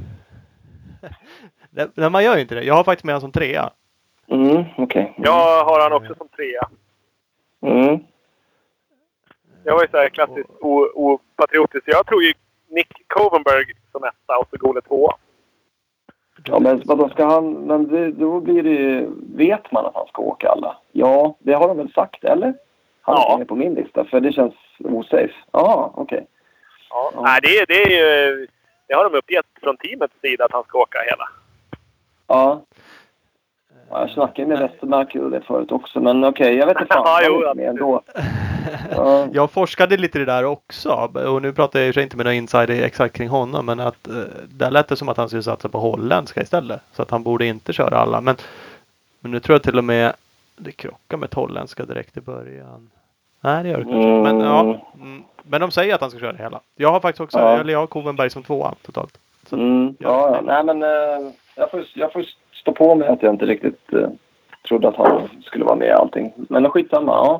Nej, man gör ju inte det. Jag har faktiskt med han som trea. Mm, okej. Okay. Mm. Jag har han också som trea. Mm. Jag var ju så här klassiskt opatriotisk. Jag tror ju Nick Covenberg som etta och så Gole två. Ja, men vad ska han... Men det, då blir det... Vet man att han ska åka alla? Ja, det har de väl sagt, eller? Han ja. är med på min lista, för det känns osafe. Ja, okej. Okay. Ja, ja. Nej, det är, det är ju... Det har de uppgett från teamets sida att han ska åka hela. Ja. Ja, jag snackade med Westermark och det förut också. Men okej, okay, jag vet inte fan. Ja, jo, med ändå. Ja. Jag forskade lite det där också. Och nu pratar jag ju inte med någon insider exakt kring honom. Men att eh, där lät det som att han skulle satsa på holländska istället. Så att han borde inte köra alla. Men, men nu tror jag till och med det krockar med holländska direkt i början. Nej, det gör det kanske. Mm. Men ja. Mm, men de säger att han ska köra det hela. Jag har faktiskt också, Ja. eller jag har Kovenberg som tvåan totalt. Så, Mm. Ja, ja. Nej men eh, jag, får, jag får stå på mig att jag inte riktigt eh, trodde att han skulle vara med i allting. Men skitsamma, ja.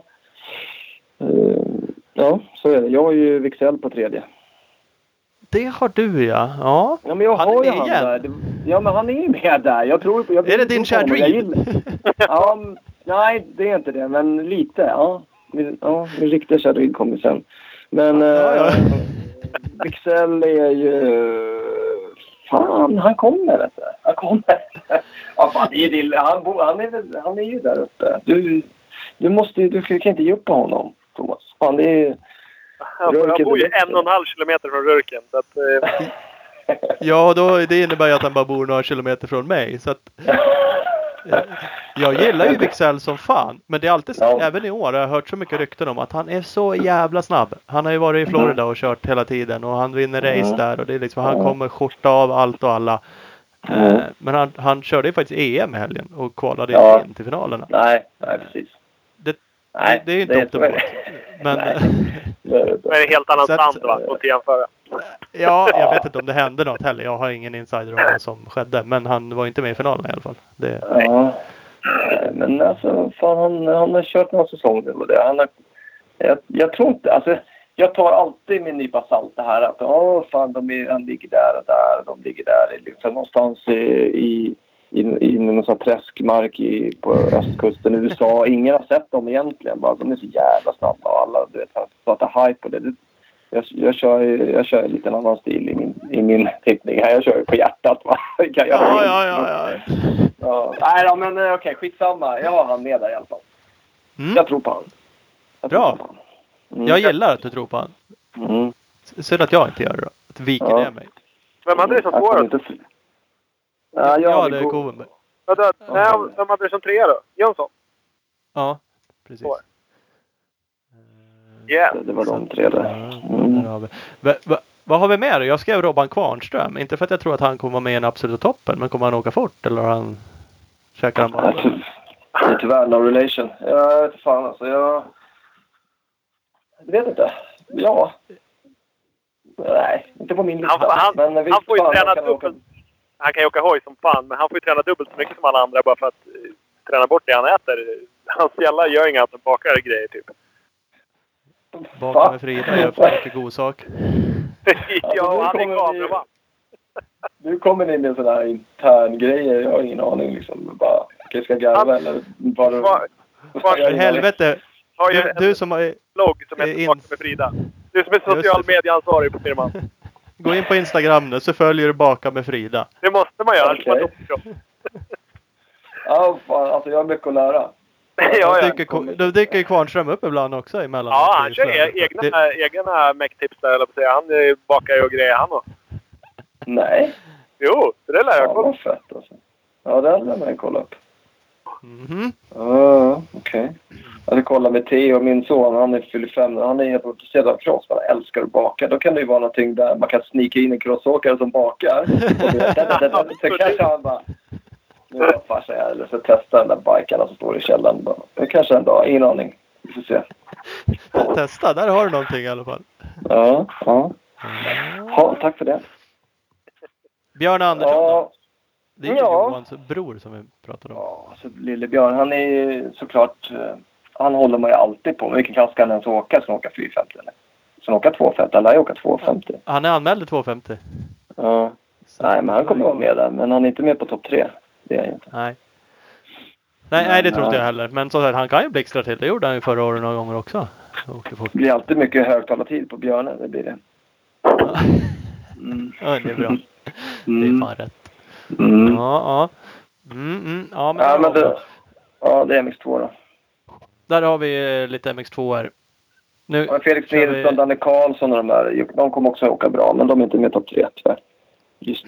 Uh, ja, så är det. Jag har ju Wicksell på tredje. Det har du, ja. Ja, Ja, men jag han har är ju med han igen. där. Det, ja, men han är ju med där. Jag tror på... Jag Är det din Chad Reed? Ja, m- nej, det är inte det. Men lite, ja. Min, ja, min riktiga Chad Reed kommer sen. Men Ja, ja. eh, Wicksell är ju... Fan, han kommer, vet du. Han kommer. Ja, fan, det är det. Han, bo, han, är, väl- han är ju där uppe. Du, du måste ju... Du kan inte ge upp på honom, Thomas. Fan, det är... Han, han bor ju en och en halv kilometer från Rörken. Så att, eh, Ja, då, det innebär ju att han bara bor några kilometer från mig. Så att, eh, jag gillar ju Wicksell som fan. Men det är alltid så, Ja. även i år har jag hört så mycket rykten om att han är så jävla snabb. Han har ju varit i Florida och kört hela tiden. Och han vinner race Mm. där. Och det är liksom, han kommer skjorta av allt och alla. Eh, Mm. men han, han körde ju faktiskt E M i helgen. Och kvalade Ja. in till finalerna. Nej, nej, precis. Det, Nej, det är ju inte så optimalt. det. Men Nej. Det är det inte. det är en helt annan Så att- stand, va? Och till jämföra. ja, jag vet inte om det hände något heller. Jag har ingen insider om vad som skedde. Men han var inte med i finalen i alla fall. Det, Ja. Nej, men alltså, fan, han, han har kört några säsonger med det. Han har, jag, jag tror inte, alltså, jag tar alltid min nypa salt det här att åh fan, de är, han ligger där och där, de ligger där liksom någonstans i, i, i, i någon sån här träskmark i, på östkusten i U S A. Ingen har sett dem egentligen, bara de är så jävla snabba och alla, du vet, han pratar hype på det. det jag, jag, kör, jag kör lite en annan stil i min, i min tippning här. Jag kör ju på hjärtat, va? Kan jag, ja, ja, ja, ja. Ja. Nej då, men eh, okej, skitsamma. Jag har han med där i alla fall. Mm. Jag tror på han. Jag tror Bra. på han. Mm. Jag gillar att du tror på han. Mm. Synd att jag inte gör det då. Att viker Ja. ner mig. Vem hade du som Jag två kommer då? inte... Ja, jag Ja, hade det är go- Kovenberg. Vänta, nej, vem hade du som trea då? Jönsson? Ja, precis. Så. Yeah. Det var de Så- tre där. Ja, Mm. där har vi. Va, va, vad har vi med då? Jag skrev Robban Kvarnström. Inte för att jag tror att han kommer vara med i den absoluta toppen. Men kommer han åka fort? Eller har han... Käkar han bara? Nej, ty- Det är tyvärr no relation. Jag vet inte fan alltså. Jag... Jag vet inte. Ja. Nej, inte på min lista. Han, han, Men visst han får ju fan, träna jag kan dubbelt. Han kan ju åka hoj som fan, men han får ju träna dubbelt så mycket som alla andra bara för att eh, träna bort det han äter. Hans jävla gör inga att bakar grejer typ. Bakom med Frida gör för mycket god sak. Ja, han är kommer vi- kameraman. Nu kommer ni in med sådana här intern grejer. Jag har ingen aning liksom. Bara, okej, ska jag garva Han- eller bara... Var- var- Jag har För ingen helvete. Har ju Du, en du som har... blogg som eh, heter in- Bakom med Frida. Du som är social det. medieansvarig på firman. Gå in på Instagram nu så följer du Baka med Frida. Det måste man göra. Okej. Okay. Ja, fan, alltså jag har mycket att lära. ja, Då ja. dyker, då dyker ju Kvarnström upp ibland också emellan. Ja, han kör e- egna, Det- egna mäcktips där, eller på att säga. Han eh, bakar ju och grejer han också. Nej. Jo, det där lär jag Ja, kolla. vad fett alltså. Ja, det hade man kolla upp. Mhm. Ja, okej. Jag ska kolla med Theo, min son. Han är fyller fem. Han är helt intresserad av cross. Han älskar att baka. Då kan det ju vara någonting där man kan snika in en crossåkare som bakar. Och det- så kanske han bara... Nu är jag farsa, eller så testa den där bikarna som står i källaren. Bara. Det kanske en dag. Ingen aning. Vi får se. Testa, där har du någonting i alla fall. Ja, ja. Ja, tack för det. Björn Andersson då? Ja, Det är ju Ja. Johans bror som vi pratade om. ja alltså, lille Björn, han är ju såklart... eh, Han håller man ju alltid på. Men vilken klass ska han ens åka? Ska han åka fyra femtio eller? Ska han åka två femtio? Han lär ju åka två femtio. Han är anmäld till två femtio. Ja. Nej, men han kommer vara med där. Men han är inte med på topp tre. Det är han inte. Nej. Nej, nej, det tror inte Nej. jag heller. Men så att han kan ju blixtra till. Det gjorde han ju förra året några gånger också. Åkte fort. Det blir alltid mycket högtalartid på Björnen. Det blir det. Ja. Mm. Ja, det är bra. Det Mm. är fan rätt. Mm. Ja, ja. Mm, mm. Ja, men, Ja, där, men har vi, det, ja, det är M X två då. där har vi eh, lite M X två här. Nu Ja, Felix kör vi- Nilsson, Danne Karlsson och de där. De kommer också åka bra. Men de är inte med i topp tre tyvärr. Just.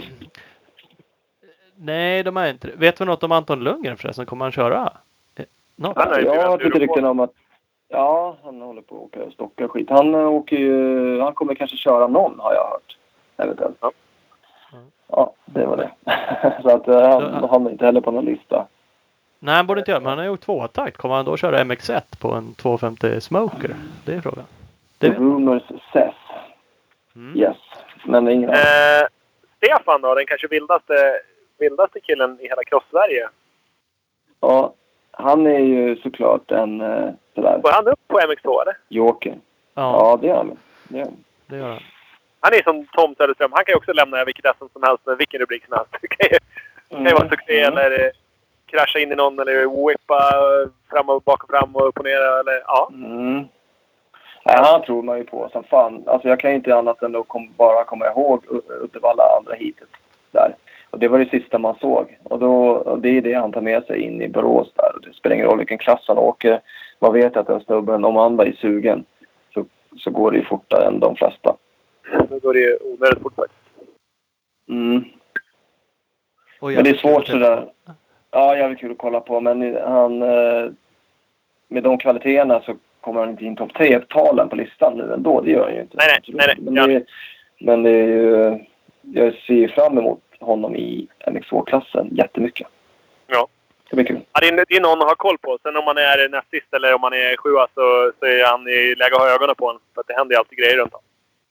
Nej, de är inte. Vet vi något om Anton Lundgren förresten? Kommer han köra? Något? Han är ju Jag har typ fått rykten om att ja, han håller på att åka och stocka skit. Han åker ju, han kommer kanske köra någon, har jag hört. Eventuellt. Ja. Ja, det var det. Så att han hamnar inte heller på någon lista. Nej, han borde inte göra, men han har gjort tvåtakt. Kommer han då köra M X ett på en tvåhundrafemtio Smoker? Det är frågan. Det vet Rumors says. Mm. Yes. Men det är ingen Eh, Stefan då, den kanske vildaste, vildaste killen i hela cross-Sverige. Ja, han är ju såklart en eh, sådär Går han upp på M X två eller? joker. Ja, Ja, det gör han. Det gör han. det gör han. Han är som Tom Söderström. Han kan ju också lämna vilket S M som helst med vilken rubrik som helst. Det kan ju, kan ju vara succé Mm. eller eh, krascha in i någon eller whippa eh, fram och bak och fram och upp och ner. Eller, ja. Mm. Nej, han tror man ju på som fan. Alltså jag kan ju inte annat än att kom, bara komma ihåg Uddevalla andra hitet där. Och det var det sista man såg. Och, då, och det är det han tar med sig in i Borås där. Och det spelar ingen roll vilken klass han åker. Man vet att den snubben, om han är sugen, så, så går det ju fortare än de flesta. Nu går det ju onödigt fort faktiskt. Mm. Och Men det är svårt sådär. Ja, jävligt kul att kolla på. Men han, eh, med de kvaliteterna så kommer han inte in topp tre-talen på listan nu ändå. Det gör han ju inte. Nej, nej, nej, nej. Men, det är, men det är ju... Jag ser fram emot honom i M X två-klassen jättemycket. Ja. Det blir kul. Ja, det, är, det är någon att ha koll på. Sen om man är näst sist eller om man är sjua så, så är han i läge att ha ögonen på honom. För att det händer ju alltid grejer runt honom.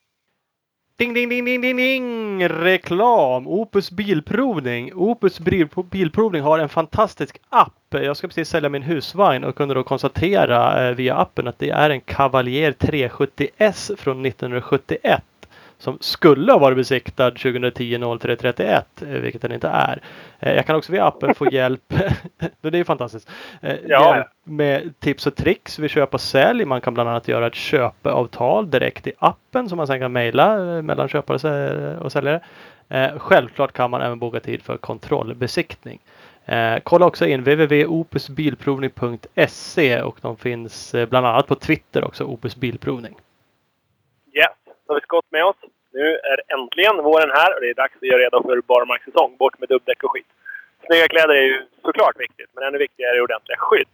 Ding, ding, ding, ding, ding, ding! Reklam! Opus Bilprovning. Opus Bilprovning har en fantastisk app. Jag ska precis sälja min husvagn och kunde då konstatera eh, via appen att det är en Cavalier trehundrasjuttio S från nittonhundrasjuttioett. Som skulle ha varit besiktad tjugohundratio noll tre trettioett, vilket den inte är. Jag kan också via appen få hjälp, det är ju fantastiskt, Ja. hjälp med tips och tricks vid köp och sälj. Man kan bland annat göra ett köpeavtal direkt i appen som man sen kan mejla mellan köpare och säljare. Självklart kan man även boka tid för kontrollbesiktning. Kolla också in w w w punkt opus bilprovning punkt se och de finns bland annat på Twitter också, Opus Bilprovning. Yes, så har vi skott med oss. Nu är äntligen våren här och det är dags att göra redo för barmarkssäsong. Bort med dubbdäck och skit. Snygga kläder är ju såklart viktigt, men ännu viktigare är ordentliga skydd.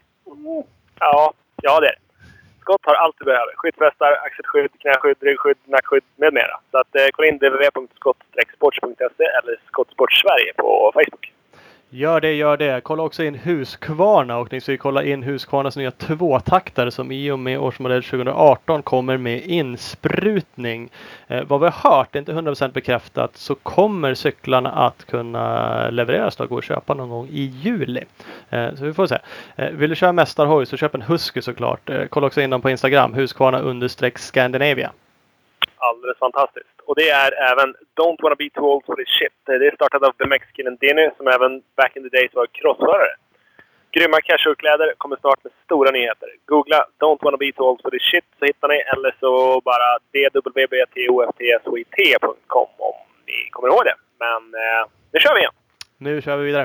Ja, ja det är det. Skott har allt du behöver. Skyddsvästar, axelskydd, knäskydd, ryggskydd, nackskydd med mera. Så att, eh, kolla in w w w punkt skott sports punkt se eller Skottsport Sverige på Facebook. Gör det, gör det. Kolla också in Husqvarna och ni ska ju kolla in Husqvarnas nya tvåtaktare som i och med årsmodell tjugoarton kommer med insprutning. Eh, vad vi har hört, det är inte hundra procent bekräftat, så kommer cyklarna att kunna levereras och gå och köpa någon gång i juli. Eh, så vi får se. Eh, vill du köra mästarhoj så köp en Husky såklart. Eh, kolla också in dem på Instagram, Husqvarna understreck Scandinavia. Alldeles fantastiskt. Och det är även Don't Wanna Be Too Old For This Shit. Det är startat av B M X-killen Denny som även back in the days var crossförare. Grymma casual-kläder kommer snart med stora nyheter. Googla Don't Wanna Be Too Old For This Shit så hittar ni, eller så bara d w b t o f t s w i t punkt com om ni kommer ihåg det. Men eh, nu kör vi igen. Nu kör vi vidare.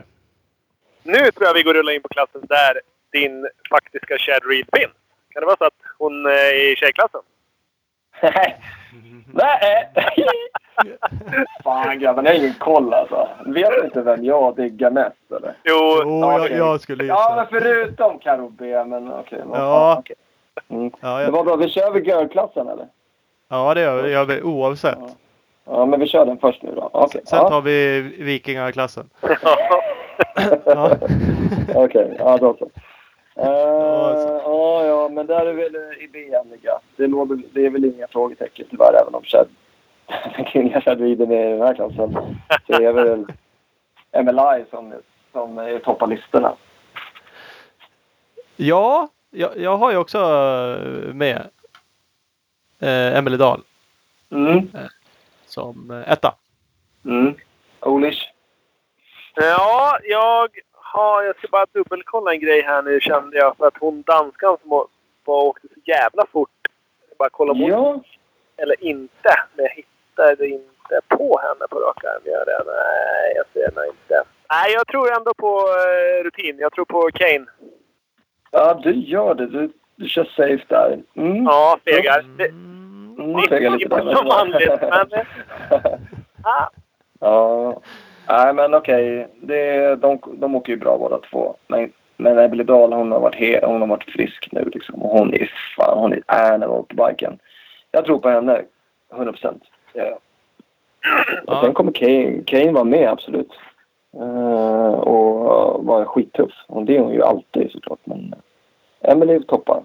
Nu tror jag vi går rulla in på klassen där din faktiska Chad Reed finns. Kan det vara så att hon är i tjejklassen? Nej. Nej. Fan grabben, jag har ingen koll alltså. Vet du inte vem jag diggar mest eller? Jo, Oh, ja, jag, jag skulle gissa. Ja, men förutom Karo B, men okej. Okay, Ja. okay. Mm. Ja, Det jag, var bra, vi kör vi girlklassen eller? ja, det gör vi, gör vi oavsett. Ja. Ja, men vi kör den först nu då. Okay. Sen ja. tar vi vikingaklassen. ja. Okej, okay. Ja då så. Uh, så. ja, ja, men där är väl i B M liga. Det, låg, det är väl inga frågetecken tyvärr, även om Chad Kinga Chad Reed är i den här klassen. Så är väl M L I som, som är toppar listorna. Ja, jag, jag har ju också med eh, Emelie Dahl Mm. som eh, etta. Mm. Olish. Ja, jag har... Jag ska bara dubbelkolla en grej här nu, kände jag. För att hon danskan som var, åkte så jävla fort. Bara kolla om hon... Ja. Eller inte. Men jag hittade inte på henne på rak arm. Gör det? Nej, jag ser henne inte. Nej, jag tror ändå på uh, rutin. Jag tror på Kane. Ja, du gör det. Du, du kör safe där. Mm. Ja, fegar. Det, Mm, fegar lite där. som vanligt, men... ah. Ja. Nej, men okej. Det, de, de åker ju bra båda två. Men, men Emelie Dahl, hon har varit he, hon har varit frisk nu liksom. Och hon är fan, hon är är när hon åker på biken. Jag tror på henne. hundra procent. Ja. Och Ja. sen kommer Kane, Kane vara med, absolut. Uh, och var skittuff. Och det är hon ju alltid såklart. Men Emelie toppar.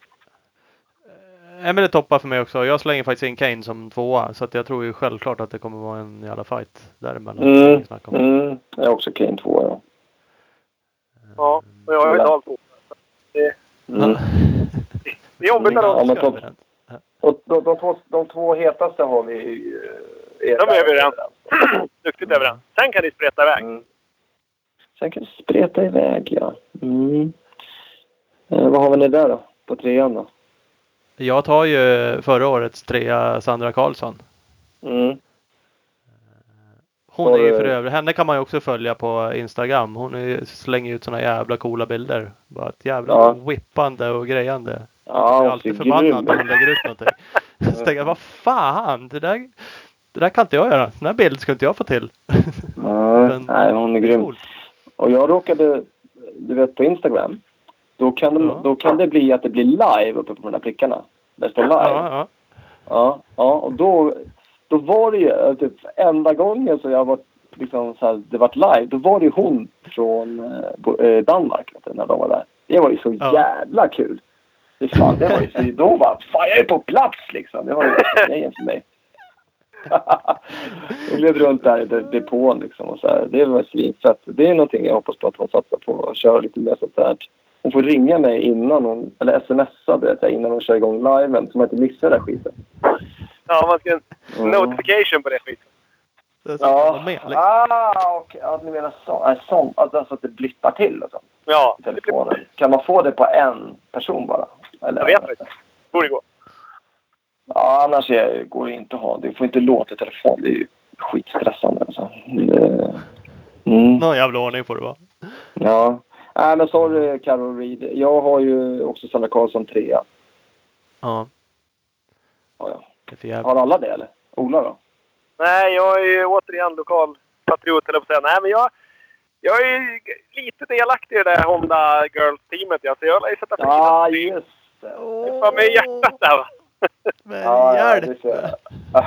Emelie toppar för mig också. Jag slänger faktiskt in Kane som tvåa. Så att jag tror ju självklart att det kommer vara en jävla fight däremellan. Mm, mm, jag är också Kane tvåa, ja. Ja, och jag har ju Dahl två. Det, Mm. det är jobbigt när Ja, de... men topp. Och de, de, två, de två hetaste har vi... De är överens. Duktigt överens. Sen kan det spreta iväg. Mm. Sen kan det spreta iväg, ja. Mm. Eh, vad har vi ni där då? På trean då? Jag tar ju förra årets trea Sandra Karlsson. Mm. Hon är ju Var- för övrigt, henne kan man ju också följa på Instagram. Hon är, ju- slänger ut såna jävla coola bilder. Bara ett jävla Ja. whippande och grejande. Ja, Jag är hon alltid ser förbannad grym när hon lägger ut någonting. Så tänker jag, vad fan, det där, det där kan inte jag göra. Den här bilden ska inte jag få till. Ja, Men- nej, hon är grym. Cool. Och jag råkade, du vet på Instagram, då kan, de, Ja. då kan det bli att det blir live uppe på de där prickarna. Det står live. Ja, ja. Ja, ja, och då, då var det ju eh, typ enda gången så jag var liksom så här, det var live, då var det ju hon från eh, bo- eh, Danmark vet du, när de var där. Det var ju så Ja. jävla kul. Det, fan, det var ju så, då var fan jag är på plats liksom. Det var ju grejen för mig. Jag gled runt där i de- depån liksom och så här. Det var svinfett. Det är någonting jag hoppas på att hon satsar på att köra lite mer sånt där. Hon får ringa mig innan hon, eller smsa vet jag, innan hon kör igång liven så man inte missar den här skiten. Ja, man ska en Mm. notification på det skiten. Det är så att man är med, liksom. ah, okej. Ja, ni menar så. Äh, sån, alltså att det blippar till och så. Ja, I telefonen. Kan man få det på en person bara? Eller? jag vet inte. Borde gå. Ja, annars är, går det inte att ha. Du får inte låta i telefon. Det är ju skitstressande. Alltså. Det, mm. Någon jävla ordning får det vara. Ja. Nej, men sorry Carol Reed. Jag har ju också Sandra Karlsson trea. Ja, Ja, ja. det är för jävla. Har alla det eller? Ola då? Nej, jag är ju återigen lokal patriot, eller på att säga. Nej, men jag, jag är ju lite delaktig i det där Honda Girls-teamet. Ja, så jag lär ju sätta Ja, fina just det. Det är fan med hjärtat där, va? Men Ja, ja, hjälp! det ser jag.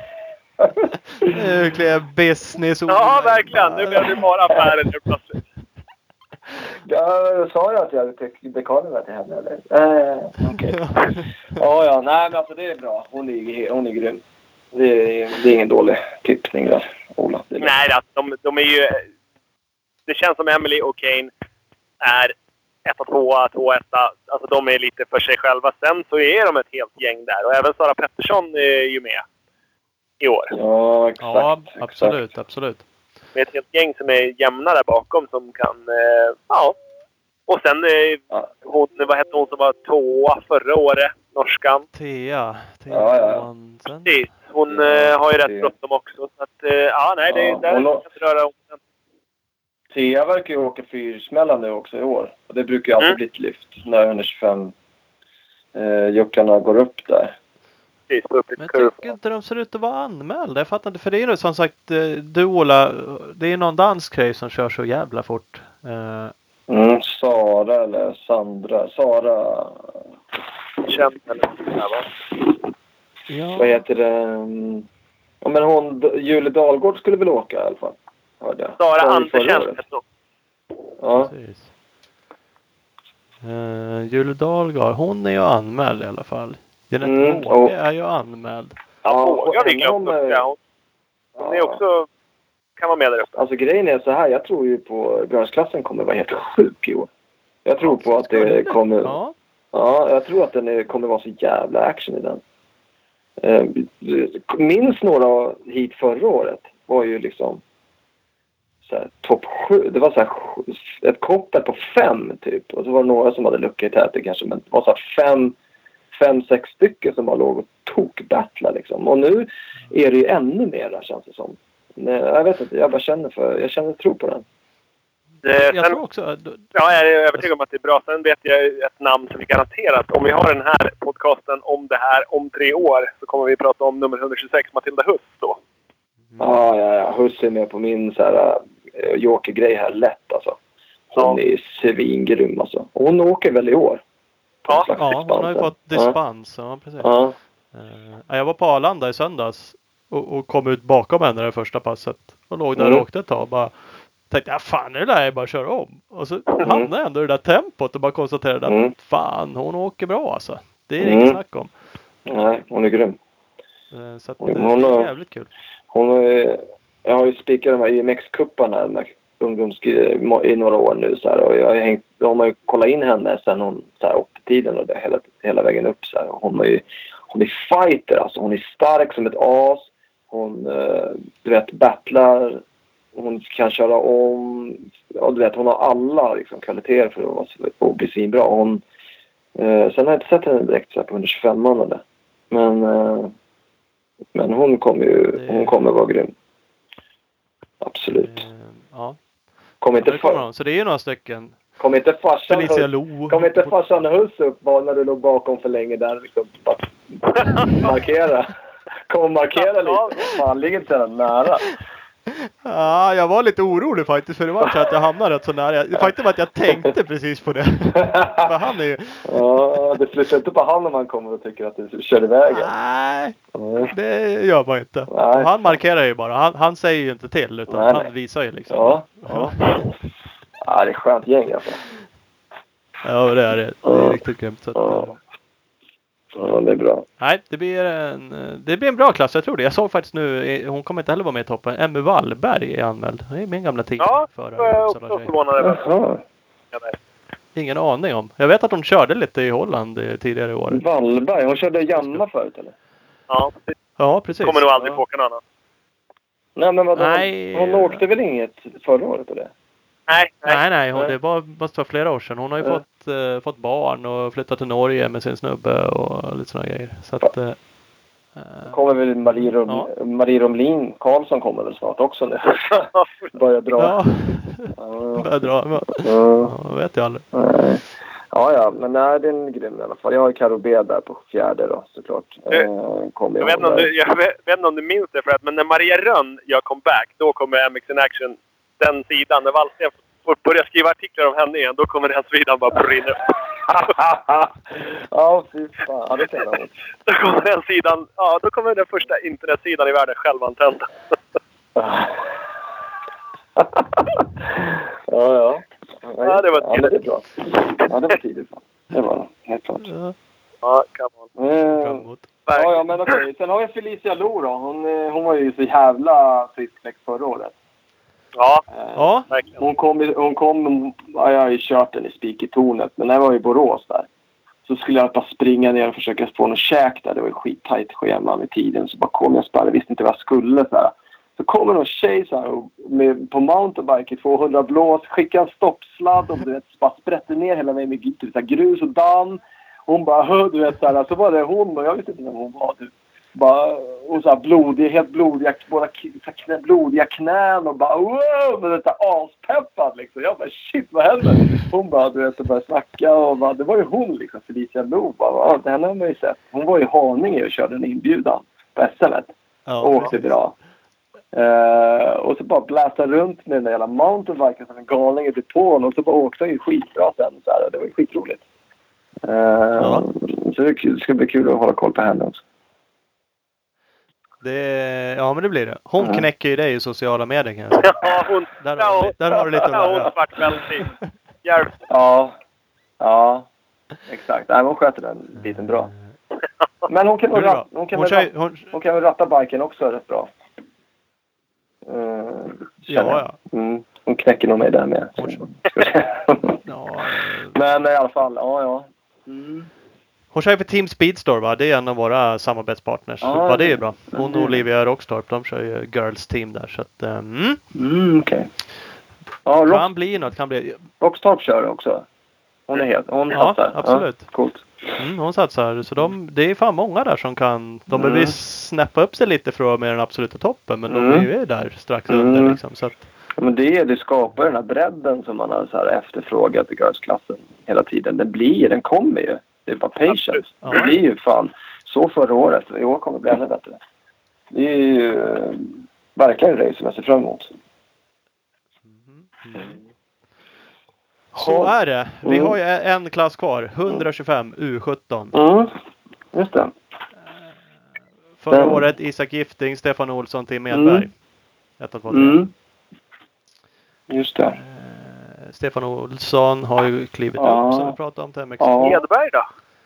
Nu klev business. Ja, verkligen. Nu blev det bara affärer nu plötsligt. Ja, sa jag att jag hade dekalerna till henne eller? Eh, okej. Ja, ja. Nej, men alltså det är bra. Hon är, hon är grym. Det är, det är ingen dålig tippning där, Ola. Det är Nej, alltså, de, de är ju... Det känns som Emelie och Kane är etta, tvåa, tvåa, etta. Alltså de är lite för sig själva. Sen så är de ett helt gäng där. Och även Sara Pettersson är ju med i år. Ja, exakt. Ja, exakt. absolut, absolut. Med ett helt gäng som är jämna där bakom som kan... Eh, ja. Och sen, eh, Ja. hon, vad hette hon som var tvåa förra året? Norskan. Thea. Thea Ja, ja. Johansson. Precis. Hon Ja, eh, har ju det- rätt bråttom också. Så att, eh, ja, nej, det, Ja, där hon kan har- jag inte röra om. Thea verkar ju åka fyrsmälla nu också i år. Och det brukar ju alltid Mm. bli ett lyft när hundratjugofem eh, juckarna går upp där. Precis, på upp lite Men jag kurv. tycker inte de ser ut att vara anmälda. Jag fattar inte. För det är ju som sagt, eh, du Ola, det är någon dansk grej som kör så jävla fort. Eh, Mm, Sara eller Sandra. Sara... Känd eller så här, va? ja. Vad heter det? Mm, Ja, men hon, Julie Dahlgård skulle väl åka i alla fall. Hörde jag. Sara Sa vi förra Andersen. året? hette hon. Ja. Precis. Uh, Julie Dahlgård, hon är ju anmäld i alla fall. Jeanette Mm, Båge och- är ju anmäld. Ja, och Båga har vi en glömt av, upp. Ja, hon, hon är ja. också... Kan vara med där uppe. Alltså grejen är så här, jag tror ju på Björnsklassen kommer vara helt sjuk i år. Jag tror på att det kommer... Ja. Ja, jag tror att den är, kommer vara så jävla action i den. Eh, minns några hit förra året var ju liksom så här, topp sju. Det var så här, ett koppel på fem typ. Och så var det några som hade luckor i täten kanske. Men det var så här fem, fem, sex stycken som bara låg och tokbattlade liksom. Och nu är det ju ännu mer känns det som. Nej, jag vet inte, jag bara känner för, jag känner tro på den. Eh, Jag sen, tror också... ja, jag är övertygad om att det är bra. Sen vet jag ett namn som vi garanterat. Om vi har den här podcasten om det här om tre år så kommer vi prata om nummer etthundratjugosex, Matilda Huss då. Ja, ja, ja. Husse är med på min så här uh, jokergrej här lätt alltså. Hon ja. är svingrym alltså. Och hon åker väl i år? Ja, ja hon har ju fått dispens. Ja, ja precis. Ja. Uh, jag var på Arlanda i söndags och, och kom ut bakom henne det första passet. Och låg där mm. och åkte ett tag och bara tänkte, ja fan är det där jag bara kör om. Och så mm. hamnade jag ändå i det där tempot och bara konstaterade att mm. fan hon åker bra alltså. Det är mm. inget snack om. Nej, hon är grym. Uh, så att, hon, det är har, jävligt kul. Hon är, jag har ju spikat de här I M X-kupparna här med ungdoms i några år nu så här, och jag har hängt, då har man ju kollat in henne sen hon så här upp tiden och det hela, hela vägen upp så här. Hon är ju hon är fighter alltså, hon är stark som ett as, hon uh, du vet battlar, hon kan köra om, ja du vet hon har alla liksom kvaliteter för att, vara, att bli svinbra. Hon uh, sen har jag inte sett henne direkt så här, på hundrafem månader men uh, men hon kommer ju det... hon kommer vara grym. Absolut. Det... Ja. Kom inte för... Så det är ju några stycken. Kom inte farsan Felicia Lo. Kom inte farsan Huss upp bara när du låg bakom för länge där liksom. Markera. Kom och markera lite. Fan, ligger inte så nära. Ja, jag var lite orolig faktiskt för det var så att jag hamnade rätt så nära. Det faktum var att jag tänkte precis på det. För han är ju... Ja, det flyttar inte på han om man kommer och tycker att du kör iväg. Nej, mm. det gör man inte. Nej. Han markerar ju bara. Han, han säger ju inte till utan nej, han nej. visar ju liksom. Ja, ja. Ja, det är skönt gäng alltså. Ja, det är det. Det är riktigt grymt. Så att, ja. Ja, det är bra. Nej, det blir en det blir en bra klass, jag tror det. Jag såg faktiskt nu, hon kommer inte heller vara med i toppen. Emmy Wallberg är anmäld. Det är min gamla tid. Ja, för jag är också förvånad. Ingen aning om. Jag vet att hon körde lite i Holland tidigare i år. Wallberg, hon körde Janna förut eller? Ja, precis. Ja, precis. Kommer nog aldrig ja. få åka någon annan. Nej, men vadå? Nej. Hon, hon åkte väl inget förra året eller? Nej, nej. Nej, nej. Hon, det var, måste vara flera år sedan. Hon har ju mm. fått, uh, fått barn och flyttat till Norge med sin snubbe och lite sådana grejer. Så att... Uh, kommer väl Marie, Rom, ja. Marie Romlin Karlsson kommer väl snart också nu. Börjar dra. Ja, börjar dra. Men, ja. Ja, vet jag aldrig. Nej. Ja, ja. Men nej, det är en grym i alla fall. Jag har Karo B där på fjärde då, såklart. Du, eh, jag, jag, vet inte om du, jag vet, vet inte om du minns det, för att men när Maria Rönn gör comeback, då kommer M X in Action, den sidan, när Wallsten får börja skriva artiklar om henne igen, då kommer den sidan bara brinna upp. Ja, fy fan. Ja, det kan jag. Då kommer den sidan, ja, då kommer den första internetsidan i världen självantänd. Ja, ja. Ja, det var tidigt. Ja, det, ja, det var tidigt. Det var helt klart. Ja, ja kan man. Mm. Ja, ja, men okej. Sen har vi Felicia Lo då. Hon, hon var ju så jävla friskfläck förra året. Ja, ja. Hon kom, hon kom ja, jag har ju kört den i Spikertornet, men när jag var i Borås där så skulle jag bara springa ner och försöka få någon käk där. Det var ju skittajt schema med tiden, så bara kom jag och jag visste inte vad jag skulle så här. Så kommer någon tjej så här med, på mountainbike i tvåhundra blås, skickar en stoppsladd och du vet, bara sprätter ner hela mig med så här, grus och damm. Hon bara, hör du vet så här, så var det hon och jag visste inte vem hon var. Du. Bara, och så här blodig, helt blodiga, båda knä, blodiga knän och bara wow, med detta aspeppad liksom. Jag bara shit, vad händer? Hon bara, du vet, började snacka och bara, det var ju hon liksom, Felicia Lo. Bara, det henne har man ju sett. Hon var i Haninge och körde en inbjudan på S M-et. Ja, och åkte bra. Uh, och så bara blästa runt med den där jävla mountainbiken som en galning i depån och så bara åkte han ju skitbra sen så här. Det var ju skitroligt. Uh, ja. Så det ska bli kul att hålla koll på henne också. Det, ja, men det blir det. Hon mm. knäcker ju dig i sociala medier kan jag säga. Ja, hon... Där, har, ja, där har du lite att lära. Ja, hon svart väldigt. Hjälp. Ja. Ja. Exakt. Nej, hon sköter den biten bra. Men hon kan väl ratta, hon kan hon väl ratta, hon... hon kan väl ratta biken också rätt bra. Uh, ja, ja. Mm. Hon knäcker nog mig där med. Ja, men i alla fall, ja, ja. Mm. Hon kör ju för Team Speedstore, va? Det är en av våra samarbetspartners. Ja, va, det är bra. Hon och Olivia Rockstorp, de kör ju Girls Team där. Så att, um, mm, okej. Okay. Ja, Rock... kan bli något, kan bli... Rockstorp kör också. Hon är helt, hon ja, satsar. Absolut. Ja, coolt. Mm, hon satsar. Så de, det är fan många där som kan... De mm. behöver snäppa upp sig lite för att vara med den absoluta toppen. Men mm. de är ju där strax mm. under liksom. Så att... ja, men det, det skapar den här bredden som man har så här efterfrågat i girls-klassen hela tiden. Den blir, den kommer ju. Det är bara patience. Ja. Det blir ju fan så förra året. I år kommer det bli ännu bättre. Det är ju... verkligen race som jag ser fram emot. Mm. Så är det. Vi Mm. har ju en klass kvar. etthundratjugofem U sjutton. Mm, just det. Förra Den. året Isak Gifting, Stefan Olsson, Tim Edberg. Mm. ett, två, tre. Mm. Just det. Eh, Stefan Olsson har ju klivit Ja. upp som vi pratade om till M X. Ja. Edberg då?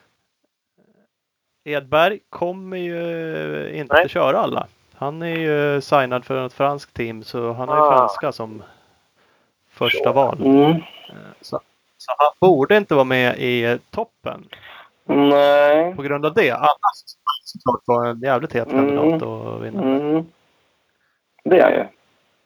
Edberg kommer ju inte Nej. köra alla. Han är ju signad för ett franskt team, så han har ju Ah. franska som första Sure. val. Mm. Eh, Så, så han borde inte vara med i toppen Nej. på grund av det. Annars såklart var en jävligt het kandidat att vinna. Mm. Det är ju.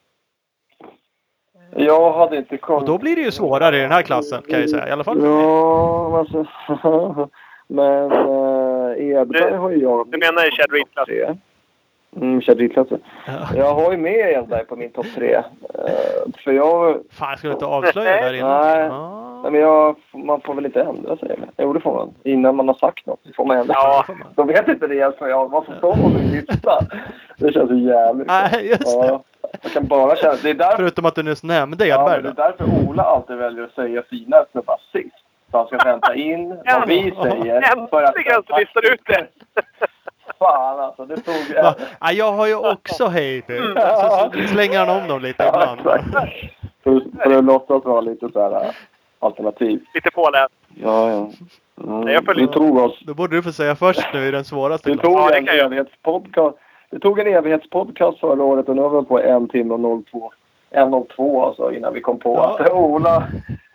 Jag hade inte koll. Och då blir det ju svårare i den här klassen, kan jag ju säga. I alla fall för mig. Ja, alltså. Men äh, Edberg har ju jag. Du menar i Chad Reed-klassen? Mm, Chad Reed-klassen. Ja. Jag har ju med Edberg på min topp tre. Uh, för jag... Fan, jag skulle inte avslöja det där inne. Nej. Ah. Nej, men jag, man får väl inte ändra sig. Jo, det får man. Innan man har sagt något så får man ändra Ja. sig. De vet inte det. För jag, vad som står på min lista. Det känns så jävligt. Nej, just det. Ja, jag kan bara känna... Det är därför... Förutom att du nyss nämnde Ja, Edberg. men det är därför Ola alltid väljer att säga sina snubbar sist. Så han ska vänta in vad vi säger. För att Äntligen så listar du ut det! Fan alltså, det tog... Va? Ja, jag har ju också Heidi. Så slänger han om dem lite ibland. Ja, exakt. För, för att låtsas vara lite så här alternativ. Lite påläst. Ja, ja. Mm. Jag följer- Det tog oss... Då borde du få säga först nu i den svåraste Det klassen. tog Ja, det en kan jag. evighetspodcast. Det tog en evighetspodcast förra året och nu var vi på en timme och noll två. en noll två alltså innan vi kom på Ja. att Ola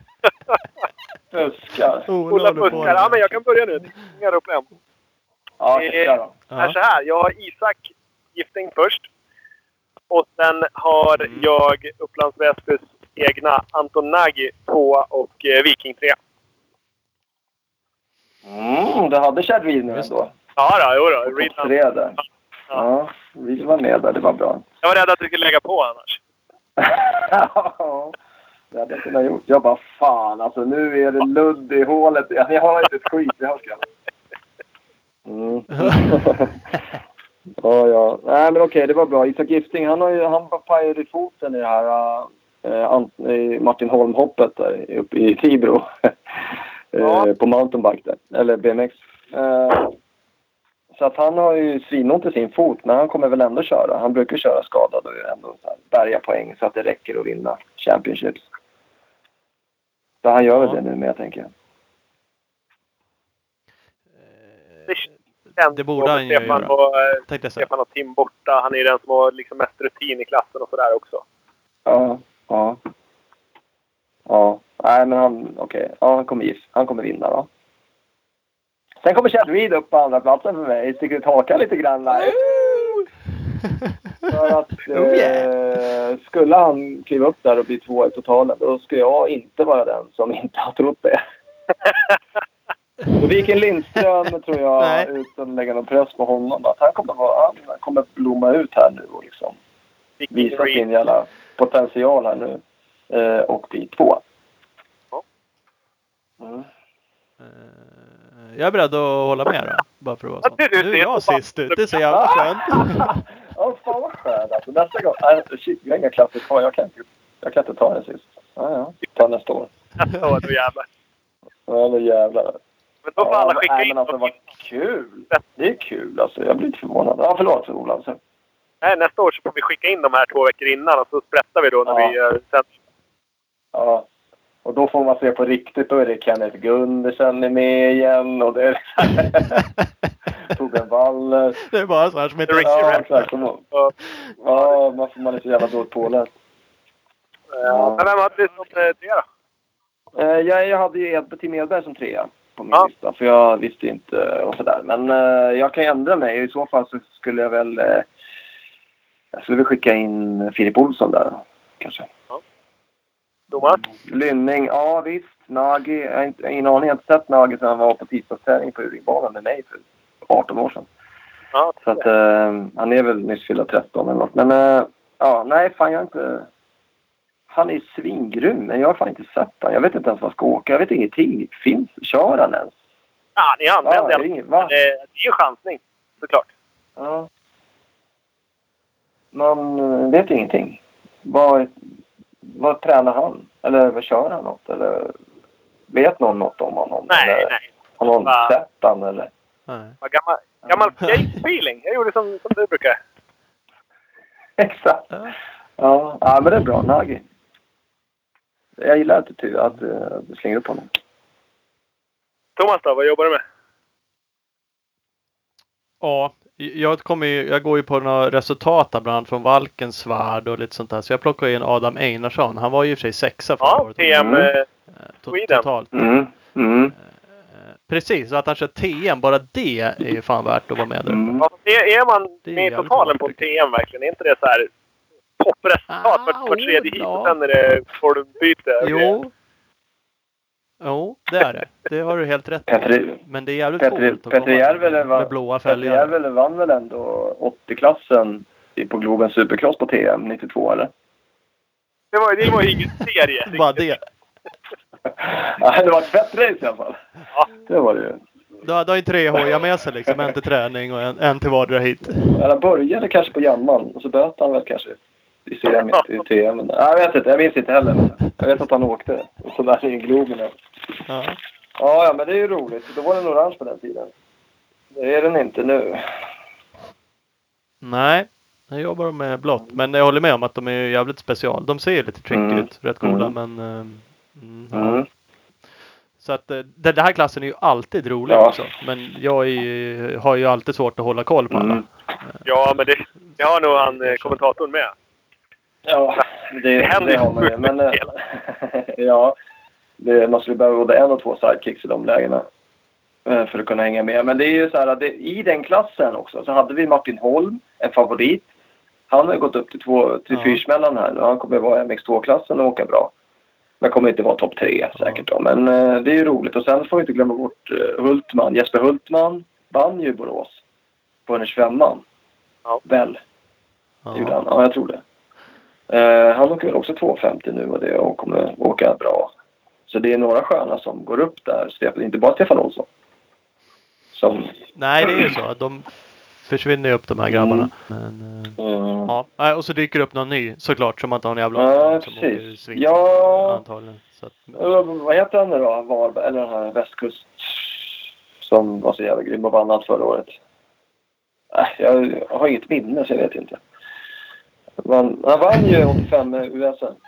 fuskar. Ola Ola håller på fuskar. Ja, men jag kan börja nu. Inga problem. Ja, Eh, det då. Här så här. Jag har Isak Gifting först. Och sen har Mm. jag Upplands Väsbys egna Anton Nagy två och eh, Viking tre. Mm, det hade Chad Reed nu Just ändå. Ja då, jo då. Reed- Topp tre där. Ja, vi var med där. Det var bra. Jag var rädd att du skulle lägga på annars. Ja, det hade jag kunnat gjort. Jag bara, fan alltså nu är det ludd i hålet. Jag har inte ett skit i höskan. Mm. Ja, ja. Nej, men okej, det var bra. Isak Gifting, han har ju, han var pajad i foten i det här äh, Ant- i Martin Holm-hoppet där uppe i Tibro. Ja. äh, på mountainbike där. Eller B M X. Äh, så att han har ju svinont i sin fot, men han kommer väl ändå köra. Han brukar köra skadad och ändå så här bärga poäng så att det räcker att vinna championships. Så han gör väl Ja. det nu med, jag tänker. Det känns Det borde han ju Stefan göra. och, eh, Tänkte jag säga. Stefan och Tim borta. Han är ju den som har liksom mest rutin i klassen och sådär också. Ja, ja. Ja, nej men han, okej. Ja, han kommer, han kommer vinna då. Sen kommer Chad Reed upp på andra platsen för mig. Sticker ut hakan lite grann där. För att Oh, yeah. eh, skulle han kliva upp där och bli två i totalen, då ska jag inte vara den som inte har trott det. Så Viken Lindström tror jag, Nej. utan att lägga någon press på honom, att han kommer, vara, han kommer blomma ut här nu och liksom visa sin jävla potential här nu. Eh, och bli två. Mm. Eh, Jag är beredd att hålla med då. Bara för att vara Ja, sån. det är du, Nu det är är jag så sist ut. Det är så jävla skönt. Ja, fan vad skönt. Alltså, nästa gång. Nej, shit, jag har inga klasser kvar. Jag kan inte, jag kan inte ta den sist. Ja, ja. Ta nästa år. Nästa år, då jävlar. Ja, nu jävlar. Men då får Ja, alla men- skicka nej, in men alltså, dem. vad kul. Det är kul alltså. Jag blir lite förvånad. Ja, förlåt för Ola. Alltså. Nej, nästa år så får vi skicka in de här två veckor innan och så sprättar vi då när Ja. vi uh, sen... Ja. Och då får man se på riktigt. Då är det Kenneth Gundersen är med igen. Och det är Torbjörn Waller. Det är bara så här som inte Rick Ja, Red. exakt. Ja, man får man är så jävla dåligt påläst. Ja. Men vem hade du som eh, det då? Eh, jag, jag hade ju Ed, Tim Edberg som trea på min Ja. lista. För jag visste inte och sådär. Men eh, jag kan ju ändra mig. I så fall så skulle jag väl... Eh, jag skulle väl skicka in Filip Olsson där. Kanske. Thomas? Lynning, ja visst. Nagy. Jag har inte, ingen aning. Jag har inte sett Nagy sedan han var på tisdagsträning på Uringbanan med mig för arton år sedan. Ja, Så att eh, han är väl nyss fyllda tretton eller något. Men eh, ja, nej fan jag har inte... Han är svingrym, men jag har fan inte sett han. Jag vet inte ens vad han ska åka. Jag vet ingenting. Finns, kör han ens? ja ni Ja, använder det är det. inget, va? Det är ju en chansning, såklart. Ja. man vet ingenting. Vad, vad tränar han? Eller vad kör han något? Eller vet någon något om honom? Nej, eller, nej. Har någon Va? sett han eller? Nej. Vad gammal, gammal skate-feeling. Jag gjorde som, som du brukar. Exakt. Ja. Ja, ja, men det är bra. Nagi. Jag gillar att du, att du slänger upp honom. Thomas då, vad jobbar du med? Ja, jag, kommer ju, jag går ju på några resultat bland annat från Valkensvärd och lite sånt där. Så jag plockar in Adam Einarsson. Han var ju i och för sig sexa förra Ja, året. T M Mm. eh, To- Sweden. Totalt. Mm. Mm. Precis, så att han kör T M, bara det är ju fan värt att vara med där. Mm. Ja, är, är man Det är med i jävligt totalen bra, på tycker T M verkligen? Är inte det så här toppresultat Ah, för, för tredje hit ja. och sen är det formbyte? Jo. Jo, det är det. Det har du helt rätt i. Petri, Men det är jävligt Petri, coolt att Petri komma Järvele med blåa Petri fälgar. Järvele vann väl ändå åttio-klassen i- på Globen Supercross på T M nittiotvå, eller? Det var, det var ju ingen serie. Bara det. Nej, det var ett fett race i alla fall. Ja. Det var det ju. Då hade han ju tre hojar med sig liksom. En till träning och en, en till vardera hit. Han började kanske på Jamman och så böt han väl kanske i semin i T M. Nej, jag vet inte. Jag minns inte heller. Jag vet att han åkte. Och så där i Globen. Ja. Ja. Ja, ja, men det är ju roligt. Då var den orange på den tiden. Det är den inte nu. Nej, jag jobbar med blått. Men jag håller med om att de är jävligt special. De ser lite tricky Mm. ut. Rätt coola, Mm. men... ehm, mm, ja. Mm. Så att eh, den här klassen är ju alltid rolig Ja. också. Men jag är, ju- har ju alltid svårt att hålla koll på alla. Mm. Ja, men det, det har nog han eh, kommentatorn med. Ja, det, Det händer det har man ju. sjukt Men, mycket eh, ja, det, man skulle behöva både en och två sidekicks i de lägena. eh, För att kunna hänga med. Men det är ju så här att det, i den klassen också så hade vi Martin Holm, en favorit. Han har gått upp till, två, till Ja. fyrsmällan här. Och han kommer vara i M X två-klassen och åka bra. Men kommer inte vara topp tre säkert då. Men eh, det är ju roligt. Och sen får vi inte glömma bort eh, Hultman. Jesper Hultman vann ju Borås på en tjugofemman. Ja. Väl. Gjorde Ja. han? Ja, jag tror det. Eh, han åker väl också två femtio nu och det och kommer åka bra. Så det är några sköna som går upp där. Stefan, inte bara Stefan Olsson. Som, Nej, det är ju så. att De försvinner ju upp de här grabbarna. Men, eh, mm, ja. Nej, och så dyker det upp någon ny såklart som man inte har en jävla Ja, aning om, som precis. åker svin- Ja. Antagligen. Så att, eh, vad heter han nu då? Varberg, eller den här västkust som var så jävla grym och vann allt förra året. Äh, jag har inget minne så jag vet inte. Man, han vann ju åttiofem med U S A.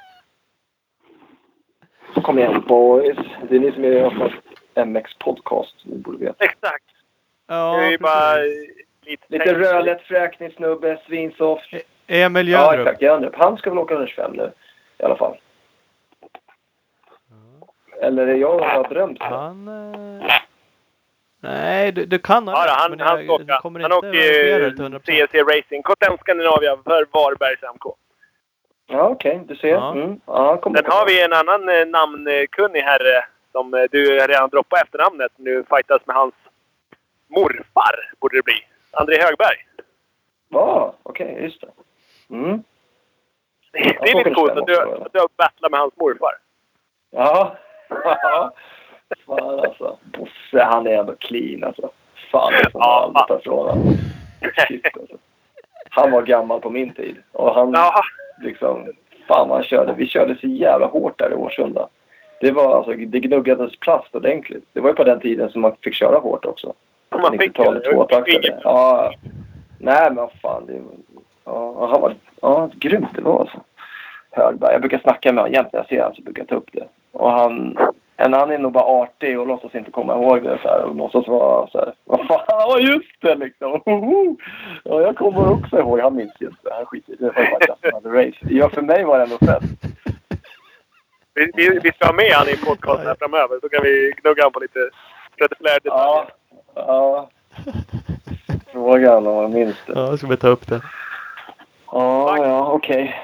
Kom igen boys. Det är ni som är M X podcast. Ni borde veta. Exakt. ja, det är ju bara precis. lite... Lite rödlätt fräkningssnubbe, svinsoft. Emil Ja, Jöndrup. exakt. Jöndrup. Han ska väl åka under tjugofem nu. I alla fall. Eller är jag som har drömt det? Han... Eh... Nej, du, du kan ha Ja, rätt, då, han, men han jag- ska åka. kommer Han inte åker arrangera det ju till hundra C procent. S C Racing. K T M Skandinavia för Varbergs M K. Ja, okej. Du ser. Ja. Mm. Ja, han kommer Sen har vi en annan eh, namnkunnig herre som eh, du redan droppat efternamnet. Nu fightas med hans morfar, borde det bli. André Högberg. Ja, okej. Just det. Mm. Det, det är åker lite coolt fem att du, också, eller? att du har battlat med hans morfar. Ja. Ja. Fan alltså. Bosse, han är ändå clean alltså. Fan, det får man Ja, aldrig ta ifrån honom. Shit, alltså. Han var gammal på min tid. Och han Ja, liksom... Fan, man körde. Vi körde så jävla hårt där i Årsunda. Det var alltså... Det gnuggades plast ordentligt. Det var ju på den tiden som man fick köra hårt också. man fick nittiotalet, det. tvåtaktare. Ja. Nej, men vad fan. Det, ja, han var... Ja, grymt det var alltså. Högberg. Jag brukar snacka med honom jämt när jag ser honom så brukar jag ta upp det. Och han... En han är nog bara artig och låtsas inte komma ihåg det så här. Och låtsas vara så här. Vad fan, ja just det liksom. Ja, jag kommer också ihåg. Han minns ju inte. Han skiter i det. Det var ju bara att han hade race. Ja, för mig var det ändå fett. Vi, vi, vi ska ha med han i podcasten här framöver. Så kan vi gnugga han på lite spektakulära Ja. detaljer. Ja. Frågan om jag minns det. Ja, ska vi ta upp det. Ja, ja, okej.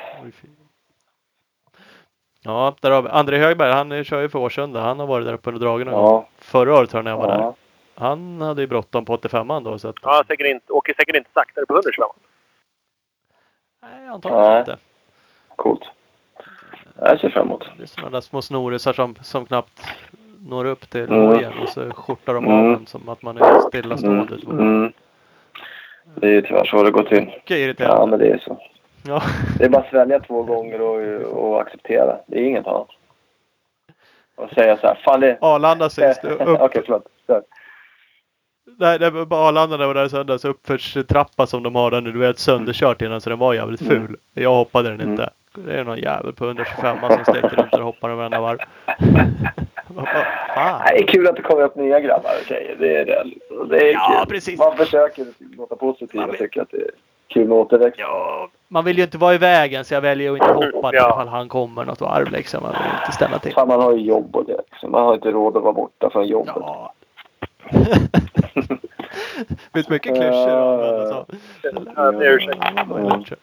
Ja, där har vi. André Högberg, han är- kör ju för Årsunda. Han har varit där uppe under dragen. Ja. Förra året tror jag när jag var där. Ja. Han hade ju bråttom på åttiofemman då. Så att, Ja, säkert inte, åker säkert inte saktare på hundra. nej, antagligen Nej. inte. Coolt. Jag ser fram emot. Det är sådana där små snorisar som, som knappt når upp till Mm. hojen. Och så skjortar de av Mm. en som att man är stillastående. Mm. Mm. Det är ju tyvärr så det går till. Mycket irriterande. Ja, men det är så. Ja. Det är bara att svälja två gånger och, och acceptera. Det är inget annat. Och säga så här, fan det... Arlanda sist. Upp... Okej, okay, förlåt. Så. Nej, det var bara Arlanda när det var där söndags uppförstrappa som de har där nu. Du vet, sönderkört innan så den var jävligt ful. Mm. Jag hoppade den inte. Mm. Det är någon jävel på hundratjugofem som steker runt och hoppar och varenda varv. Ah. Det är kul att det kommer upp nya grabbar och tjejer. Det är det. Det är ja, kul. Precis. Man försöker låta positivt och tycker att det är kul med återväxt. Ja, man vill ju inte vara i vägen så jag väljer att inte hoppa ja. ifall han kommer något varv liksom. Man vill inte ställa till. Fan, man har ju jobb och det. Liksom. Man har inte råd att vara borta från jobbet. Ja. Det finns mycket klyschor att använda så. Ja, det är ursäkta.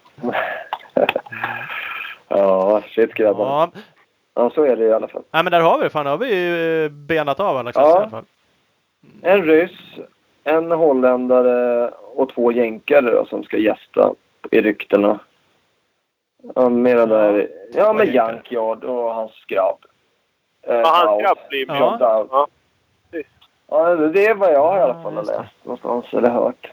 Ja, shit grabbar. Ja. Ja, så är det i alla fall. Nej, men där har vi det. Fan, har vi benat av alla klasser ja. i alla fall. En ryss, en holländare och två jänkare då, som ska gästa i ryktena. Ja, med den där... Ja, med Jankyard och hans grabb. Ja, hans grabb blir med. Ja. Ja. Ja, det är vad jag har i alla fall läst någonstans eller hört.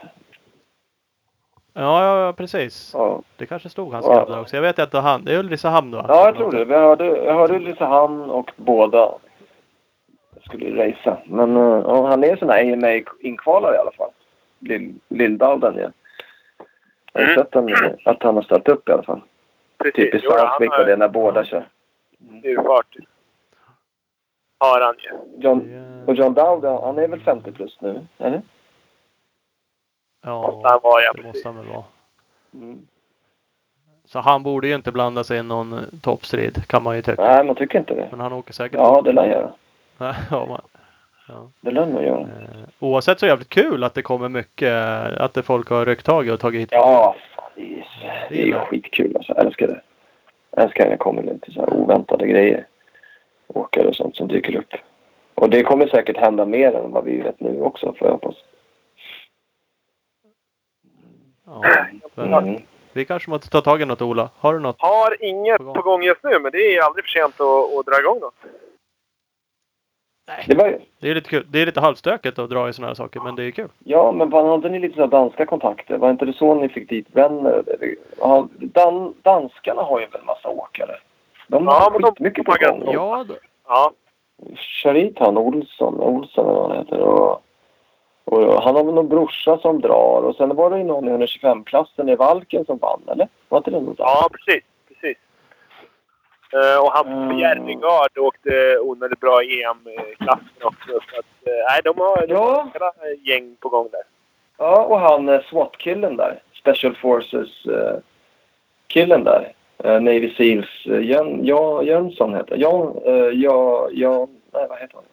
Ja, ja precis. Ja. Det kanske stod hans grabb där också. Jag vet inte han. Det är Ulricehamn då. Ja, jag tror det. Jag hörde, jag hörde Ulricehamn och båda skulle racea. Men uh, han är sån här A M A-inkvalare i alla fall. Lilldalden, ja. Jag har sett en, att han har ställt upp i alla fall. Typiskt Southwick och det när båda kör. Det är ju fart. Har han ju. John, och John Dowd, han är väl femtio plus nu, eller? Ja, han var, ja, det måste han väl vara. Mm. Så han borde ju inte blanda sig i någon toppstrid, kan man ju tycka. Nej, man tycker inte det. Men han åker säkert. Ja, det lär han göra. ja, man. Ja. Det lär man göra. Eh, oavsett så är det jävligt kul att det kommer mycket, att det folk har ryckt tag i och tagit hit. Ja, fan, det är, det är, det är skitkul alltså. Jag älskar det. Jag älskar när det kommer lite så här oväntade grejer. Åkare och sånt som dyker upp. Och det kommer säkert hända mer än vad vi vet nu också, för jag hoppas. Ja, mm. Vi kanske måste ta tag i något, Ola. Har du något? Har inget på gång, på gång just nu, men det är aldrig för sent att, att dra igång något. Nej. Det, var... det är lite kul. Det är lite halvstökigt att dra i såna här saker, men det är kul. Ja, men vad hade ni lite så danska kontakter? Var inte det så ni fick dit vänner? Ja, Dan- danskarna har ju väl en massa åkare. De har ja, skitmycket på gång. Ja, då. Ja. Charitan Olsson, Olsson eller vad han heter. Och, och han har väl någon brorsa som drar. Och sen var det ju någon i etthundratjugofem-klassen i Valken som vann, eller? Var inte det något? Ja, precis. precis. Uh, och han mm. Järnegard åkte onödigt bra i E M-klassen också. Så att, uh, nej, de har ja. ett gäng på gång där. Ja, och han uh, SWAT-killen där. Special Forces-killen uh, där. Uh, Navy Seals. Uh, Jön, ja, Jönsson heter Jan, uh, ja, ja, nej, vad heter han?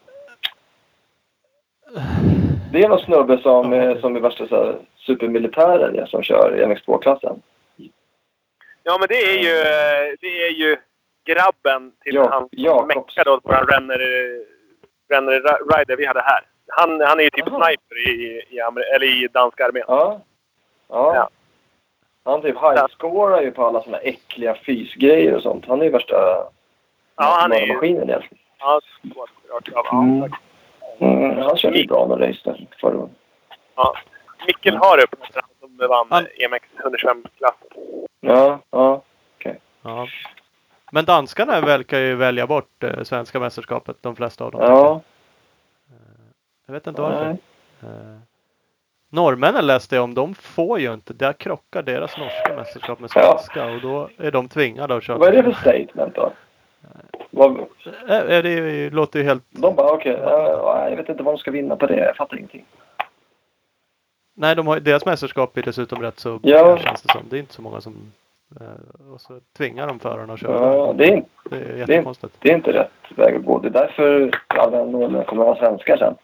Det är någon snubbe som, uh, som är värsta så här, supermilitären ja, som kör i M X två-klassen. Ja, men det är ju, det är ju grabben till ja, han ja, Mecka då, på han Renner, Renner Rider vi hade här. Han, han är ju typ Aha. sniper i, i, eller i danska armén. Ja. Ja. ja. Han typ highscorar ju på alla såna äckliga fysgrejer och sånt. Han är ju värsta ja, han är maskinen egentligen. Ja, ja, mm. mm, han körde ju bra med race där förra gången. Ja. Mikkel Harup som vann han... E M X etthundratjugofem-klassen. Ja, ja. Okej. Okay. Ja. Men danskarna verkar ju välja bort eh, svenska mästerskapet, de flesta av dem. Ja. Jag vet inte varför. Nej. Eh, norrmännen läste jag om, de får ju inte. Där krockar deras norska mästerskap med svenska. Ja. Och då är de tvingade att köra. Vad är det för statement då? Vad... Eh, det låter ju helt... De bara okej, okay. uh, jag vet inte vad de ska vinna på det. Jag fattar ingenting. Nej, de har, deras mästerskap är dessutom rätt så ja. Känns det som. Det är inte så många som... Och så tvingar de förarna att köra. Ja, det är, inte, det är jättekonstigt. Det är inte rätt väg att gå. Det är därför alla norrmän kommer att vara svenskar sen.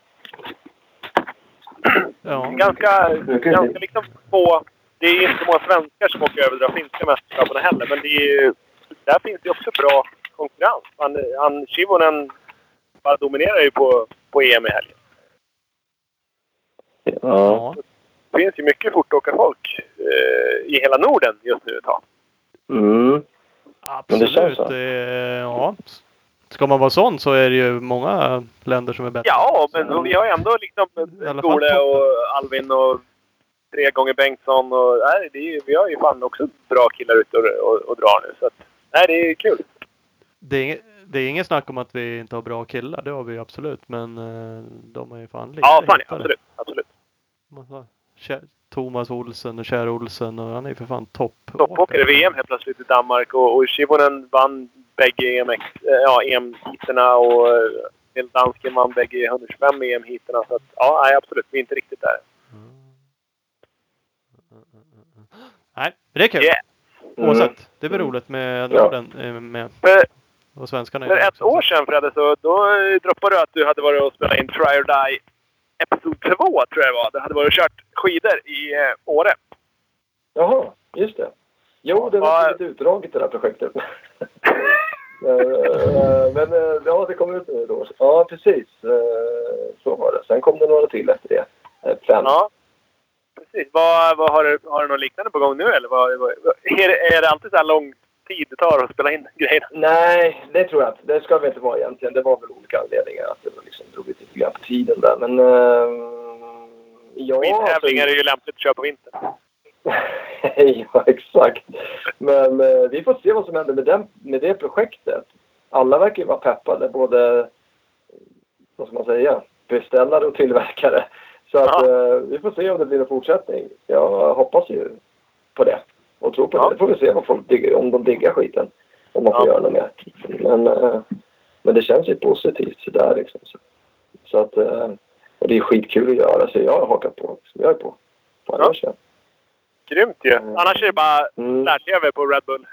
Ja. Ganska, ganska liksom få... Det är inte så många svenskar som åker över de finska mästerskapen heller. Men det är, där finns det också bra konkurrens. Han, han Chivonen bara dominerar ju på, på E M i helgen. Ja. Det finns ju mycket fortåkarfolk eh, i hela Norden just nu ett tag. Mm. Absolut. Eh, ja. Ska man vara sån så är det ju många länder som är bättre. Ja, men så vi har ju ändå liksom Gole och Alvin och tre gånger Bengtsson. Och, nej, det är, vi har ju fan också bra killar ute och, och, och drar nu. Så att, nej, det är kul. Det är, inget, det är ingen snack om att vi inte har bra killar. Det har vi absolut. Men uh, de är ju fan lite Ja, fan, hittare. absolut. absolut. Thomas Olsen och Kjär Olsen. Och han är ju för fan topp. Toppåkare V M helt plötsligt i Danmark. Och, och Shivonen vann bägge E M X, ja, E M-heaterna. Och uh, dansken vann bägge etthundratjugofem E M-heaterna. Så att, ja, nej, absolut. Vi är inte riktigt där. Mm. Nej, det är kul. Yeah. Oavsett, mm. det blir roligt med Norden. Ja. Med, för, och svenskarna. För ett år sedan, Fredde, så då droppade du att du hade varit och spelat in Try or Die episod två, tror jag det var. Du hade varit och kört skidor i eh, Åre. Jaha, just det. Jo, det var ja. lite utdraget det där projektet. Men ja, det kom ut nu då. Ja, precis. Så var det. Sen kom det några till efter det. Fem. Ja, precis. Vad, vad har, du, har du något liknande på gång nu? Eller vad, vad, är, det, är det alltid så här lång tid det tar att spela in grejerna? Nej, det tror jag inte. Det ska vi inte vara egentligen. Det var väl olika anledningar att det liksom drog lite grann på tiden där. Men uh, ja... Skidtävlingar är ju lämpligt att köra på vintern. Ja, exakt. Men uh, vi får se vad som händer med, den, med det projektet. Alla verkar ju vara peppade. Både, vad ska man säga, beställare och tillverkare. Så att uh, vi får se om det blir en fortsättning. Jag hoppas ju på det. Och tror på ja. det. Det får vi se vad folk diggar, om de diggar skiten. Om man får ja. göra det med. Men, uh, men det känns ju positivt sådär liksom. Så, så att, uh, och det är skitkul att göra. Så jag har hakat på. Så jag är på. Fan, ja. Grymt ju. Mm. Annars är det bara mm. lär-tv på Red Bull.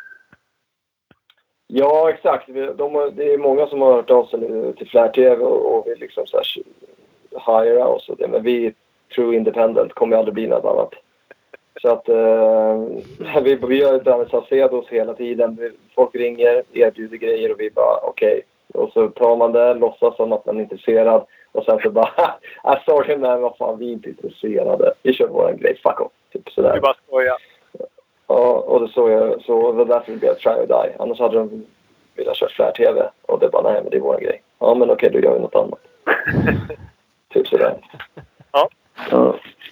Ja, exakt. De, det är många som har hört av sig nu till flär-tv och, och vill liksom så här hyra oss och det. Men vi, True Independent, kommer aldrig bli något annat. Så att eh, vi, vi gör det här med Salcedos hela tiden. Folk ringer, erbjuder grejer och vi bara okej. Okay. Och så tar man det, låtsas som att man är intresserad. Och sen så bara, jag sorry men vad fan, vi är inte intresserade. Vi kör våran grej, fuck off. Typ sådär. Du bara skojar. Ja, och det så jag, så det var därför vi blev Try or Die. Annars hade de velat köra flär-tv. Och det bara, nej men det är våran grej. Ja men okej, då gör vi något annat. Typ sådär. Ja. Ja.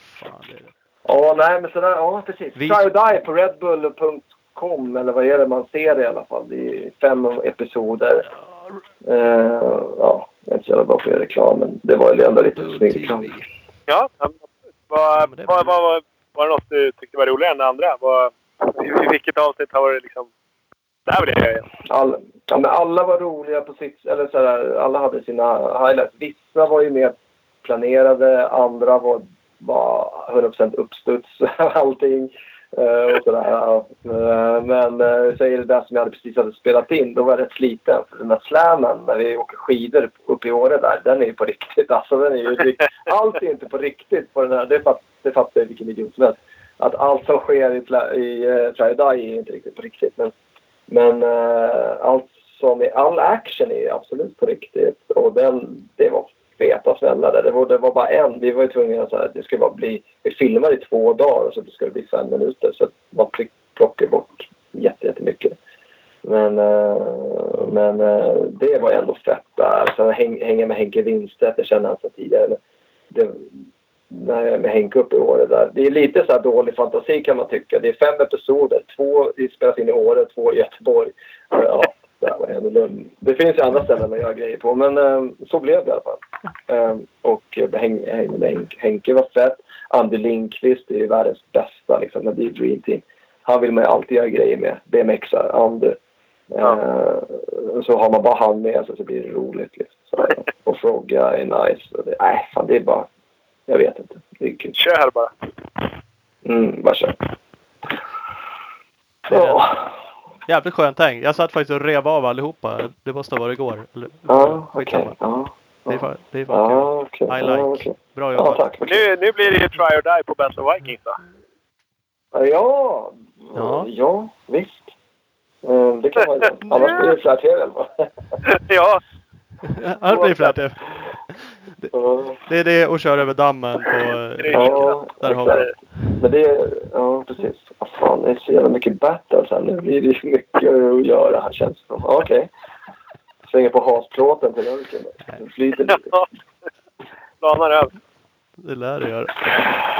Ja, nej men sådär, ja precis. Vi... Try or Die på redbull punkt com eller vad är det man ser det i alla fall. Det är fem episoder. Uh, ja, jag är inte så jävla bra för reklam, men det var ju ändå lite snygg reklam. Ja, var, var, var, var, var det något du tyckte var roligare än det andra? Var, I vilket avsnitt har det liksom... Det här vill jag göra. All, ja, men alla var roliga på sitt... Eller sådär, alla hade sina highlights. Vissa var ju mer planerade, andra var... var hundra procent uppstuds allting uh, och sådär. Uh, men uh, säger det där som jag hade precis hade spelat in, då var jag rätt sliten. För den där slammen när vi åker skidor upp i Åre där, den är ju på riktigt. Alltså den är ju allt är inte på riktigt på den här. Det, fatt, det fattar jag vilken idiot som helst. Att allt som sker i, i uh, Try or Die är inte riktigt på riktigt. Men, men uh, allt som är, all action är absolut på riktigt. Och den, det var feta smällar där. Det var, det var bara en. Vi var ju tvungna att säga att det skulle bara bli... Vi filmar i två dagar och så skulle det bli fem minuter. Så man plockar bort jättemycket. Men, äh, men äh, det var ändå fett där. Sen häng, hänga med Henke Winstedt. Jag känner han så tidigare. Det, nej, med Henke upp i Åre där. Det är lite så här dålig fantasi kan man tycka. Det är fem episoder. Två spelas in i Åre, två i Göteborg. Ja. Det finns ju andra ställen man gör grejer på. Men um, så blev det i alla fall. Um, och häng, häng, häng, Henke var fett. Andy Lindqvist är ju världens bästa. Liksom, det är Dream Team. Han vill man ju alltid göra grejer med. B M X-ar, Andy. Ja. Uh, så har man bara han med sig så blir det roligt. Liksom. Så, och Frogga är nice. Och det, nej, fan det är bara... Jag vet inte. Det är kul. Kör här bara. Mm, bara kör. Så... Jävligt skönt häng. Jag satt faktiskt och rev av allihopa. Det måste vara igår. Eller, ja, okej. Okay. Ja. Det är fan, det är fan ja, okay. I like. Ja, okay. Bra jobbat. Ja, tack. Nu, nu blir det ju Try or Die på Battle of Vikings då. Ja, ja, ja visst. Mm, det kan man ju. Annars blir det flär-tv eller vad? Ja. Annars blir det flär-tv. Det, det är det att köra över dammen på... Ja, där har vi. Men det är... Ja, precis. Vad fan, det är så jävla mycket battle sen. Nu blir det ju mycket att göra här känns det som. Ja, okej. Okay. Svänger på hasplåten till ölken. Det flyter lite. Planar över. Det lär det göra.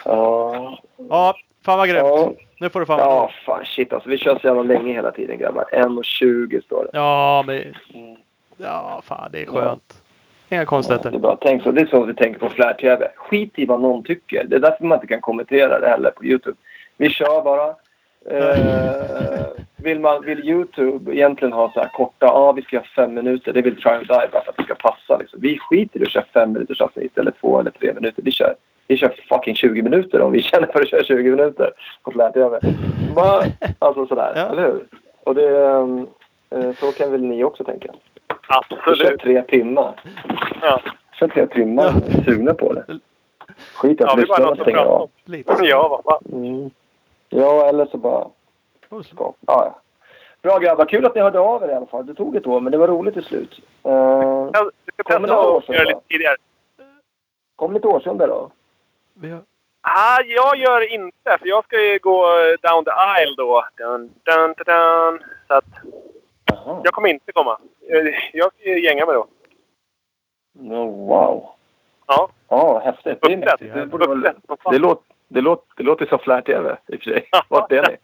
Ja. Ja, fan vad grymt. Ja. Nu får du fan. Ja, fan shit alltså. Vi kör så jävla länge hela tiden grabbar. en och tjugo står det. Ja, men... Ja, fan det är skönt. Inga konstigheter. Ja, det är bra. Tänk så. Det är så vi tänker på Flär-T V. Skit i vad någon tycker. Det är därför man inte kan kommentera det heller på YouTube. Vi kör bara. Eh, vill, man, vill YouTube egentligen ha så här korta, ja vi ska ha fem minuter, det vill Try and Die bara för att det ska passa liksom. Vi skiter i att köra fem minuters avsnitt eller två eller tre minuter, vi kör, vi kör fucking tjugo minuter om vi känner för att köra tjugo minuter på Flär-T V. Alltså sådär, ja. Eller hur? Och det, eh, så kan väl ni också tänka. Absolut. Vi kör tre timmar. Ja. Kör tre timmar, ja. Sugna på det. Skit att ja, lyssna och stänga av. Ja, vad fan. Mm. Ja, eller så bara... Ja, ja. Bra grabbar, kul att ni hörde av er i alla fall. Det tog ett år, men det var roligt till slut. Uh, ja, du ska testa och göra lite tidigare. Kom lite Årsunda då? Ja. Ah, jag gör inte, för jag ska ju gå down the aisle då. Dun, dun, dun, dun. Så att... Aha. Jag kommer inte komma. Jag ska gänga mig då. Oh, wow. Ja. Ja, häftigt. Det är mäktigt. Det, borde vara... det, låter, det, låter, det låter som Flär-T V i och för sig. Vart är ni?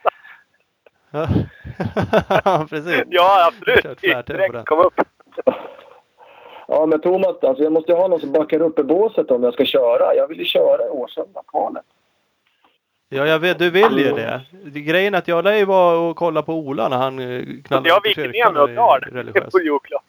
Ja, precis. Ja, absolut. Direkt kom upp. Ja, men Thomas, alltså, jag måste ha någon som backar upp i båset om jag ska köra. Jag vill ju köra i Årsunda kvalet. Ja, jag vet, du vill ju det. Grejen är att jag lär ju vara och kolla på Ola när han knallar jag viker ner mig och drar det. Det är ju oklart.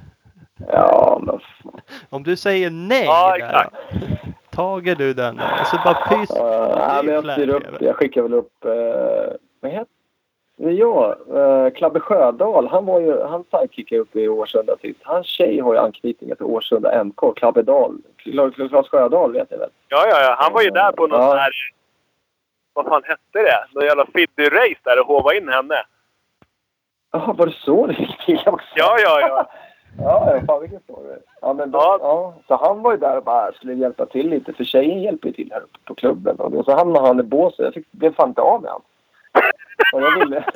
Ja, men fan. Om du säger nej ja, där, exakt. Tager du den? Alltså bara pys. Uh, ja, men jag styr upp, jag skickar väl upp, uh, vad heter ja, uh, Klabbe Sjödahl, han var ju, han sidekickade upp i Årsunda sist. Hans tjej har ju anknytningar till Årsunda M K, Klabbe Dahl. Klas Sjödahl vet jag väl. Ja, ja, ja. Han var ju där på något ja. Här, vad fan hette det? Någon jävla Fiddy-race där och hova in henne. Ja, var det så det gick till också? Ja, ja, ja. Ja, fan vilken story. Ja, men då, ja. Ja, så han var ju där och bara skulle hjälpa till lite. För tjejen hjälper ju till här uppe på klubben. Och så hamnade han i båset. Jag fick, blev fan inte av med han. Och jag ville.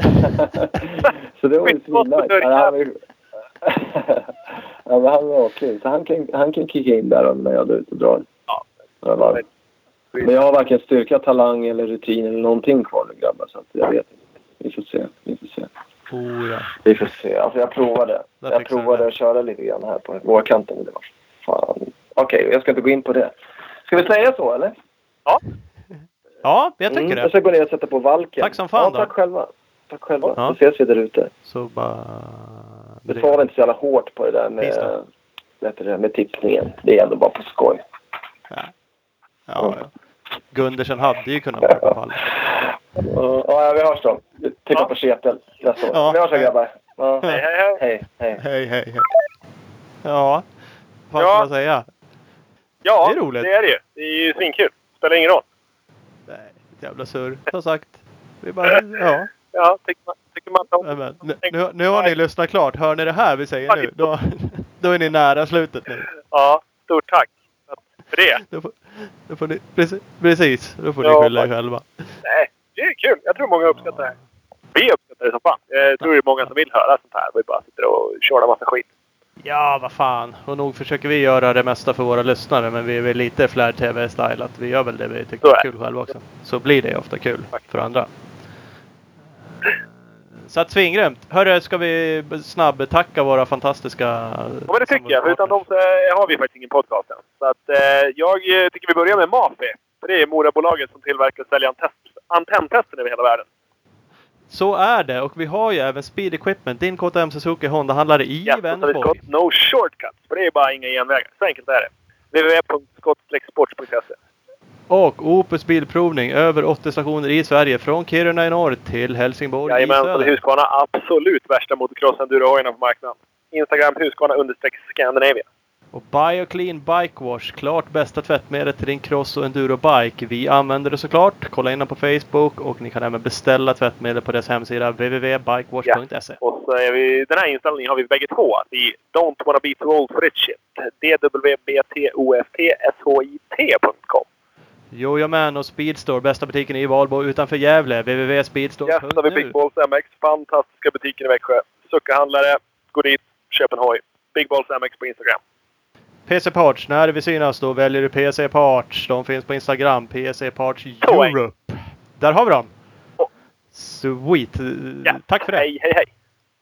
Så det var ju svinnice. Ja, ja, men han var okej. Så han kan, han kan kicka in där när jag är ute och drar. Ja. Ja, men jag har varken styrka, talang eller rutin eller någonting kvar nu grabbar. Så att jag vet inte. Vi får se. Vi får se. Oh, ja. Vi får se. Alltså jag provade. Där jag provade att köra lite grann här på vårkanten. Det var fan. Okej, okay, jag ska inte gå in på det. Ska vi säga så, eller? Ja. Ja, jag tycker mm, det. Jag ska gå ner och sätta på valken. Tack som fan ja, då. Tack själva. Tack själva. Ja. Så ses vi där ute. Så bara... Det tar inte så jävla hårt på det där med, vet du, med tippningen. Det är ändå bara på skoj. Ja, ja. ja. Gundersen hade ju kunnat vara på fall. Uh, ja, vi hörs då. Tippa ja. På Setel nästa år. Ja. Vi hörs då, grabbar. Ja. Hej, hej, hej. Hej, hej, hej. hej. Ja, vad ja. ska man säga? Ja, det är roligt. Det är det ju. Det är ju svinkul. Spelar ingen roll. Nej, jävla surr. Som sagt. Vi bara, ja. Ja, tycker man, tycker man ja, men, nu, nu, nu har ni lyssnat klart. Hör ni det här vi säger nu? Då, då är ni nära slutet nu. Ja, stort tack för det. Då får, då får ni, precis, precis, då får ja, ni skylla er själva. Nej, det är kul. Jag tror många uppskattar det här. Vi uppskattar det som fan. Jag tror det är många som vill höra sånt här. Vi bara sitter och kör en massa skit. Ja, vad fan. Och nog försöker vi göra det mesta för våra lyssnare. Men vi är väl lite Flär-T V-style. Att vi gör väl det vi tycker är kul själva också. Så blir det ofta kul för andra. Så att svingrämt. Hörru, ska vi snabb tacka våra fantastiska... Ja, men det tycker jag. För utan dem så har vi faktiskt ingen podcast än. Så att eh, jag tycker vi börjar med Mafi. För det är Morabolaget som tillverkar och säljer antenntesten över hela världen. Så är det. Och vi har ju även Speed Equipment. Din K T M Suzuki Honda-handlare i yes, Vänersborg. No shortcuts. För det är bara inga genvägar. Så enkelt är det. w w w punkt skott sports punkt se. Och Opus Bilprovning. Över åttio stationer i Sverige. Från Kiruna i norr till Helsingborg Jajamän, i söder. Husqvarna absolut värsta motocross-enduro-hojarna på marknaden. Instagram Husqvarna understreck Scandinavia. Och BioClean Bike Wash. Klart bästa tvättmedel till din cross- och enduro-bike. Vi använder det såklart. Kolla in på Facebook. Och ni kan även beställa tvättmedel på deras hemsida w w w punkt bikewash punkt se. Ja. Och så är vi, den här inställningen har vi bägge två. Att vi don't wanna be too old for it shit. d w b t o f t s h i t punkt com. Jojomän och Speedstore. Bästa butiken i Valbo utanför Gävle. w w w punkt speedstore punkt nu. Gästar vi Big Balls M X. Fantastiska butiken i Växjö. Suckarhandlare. Gå dit. Köp en hoj. Big Balls M X på Instagram. P C Parts, när vi synas då väljer du P C Parts. De finns på Instagram, P C Parts Europe. Där har vi dem. Sweet. Ja. Tack för det. Hej, hej, hej.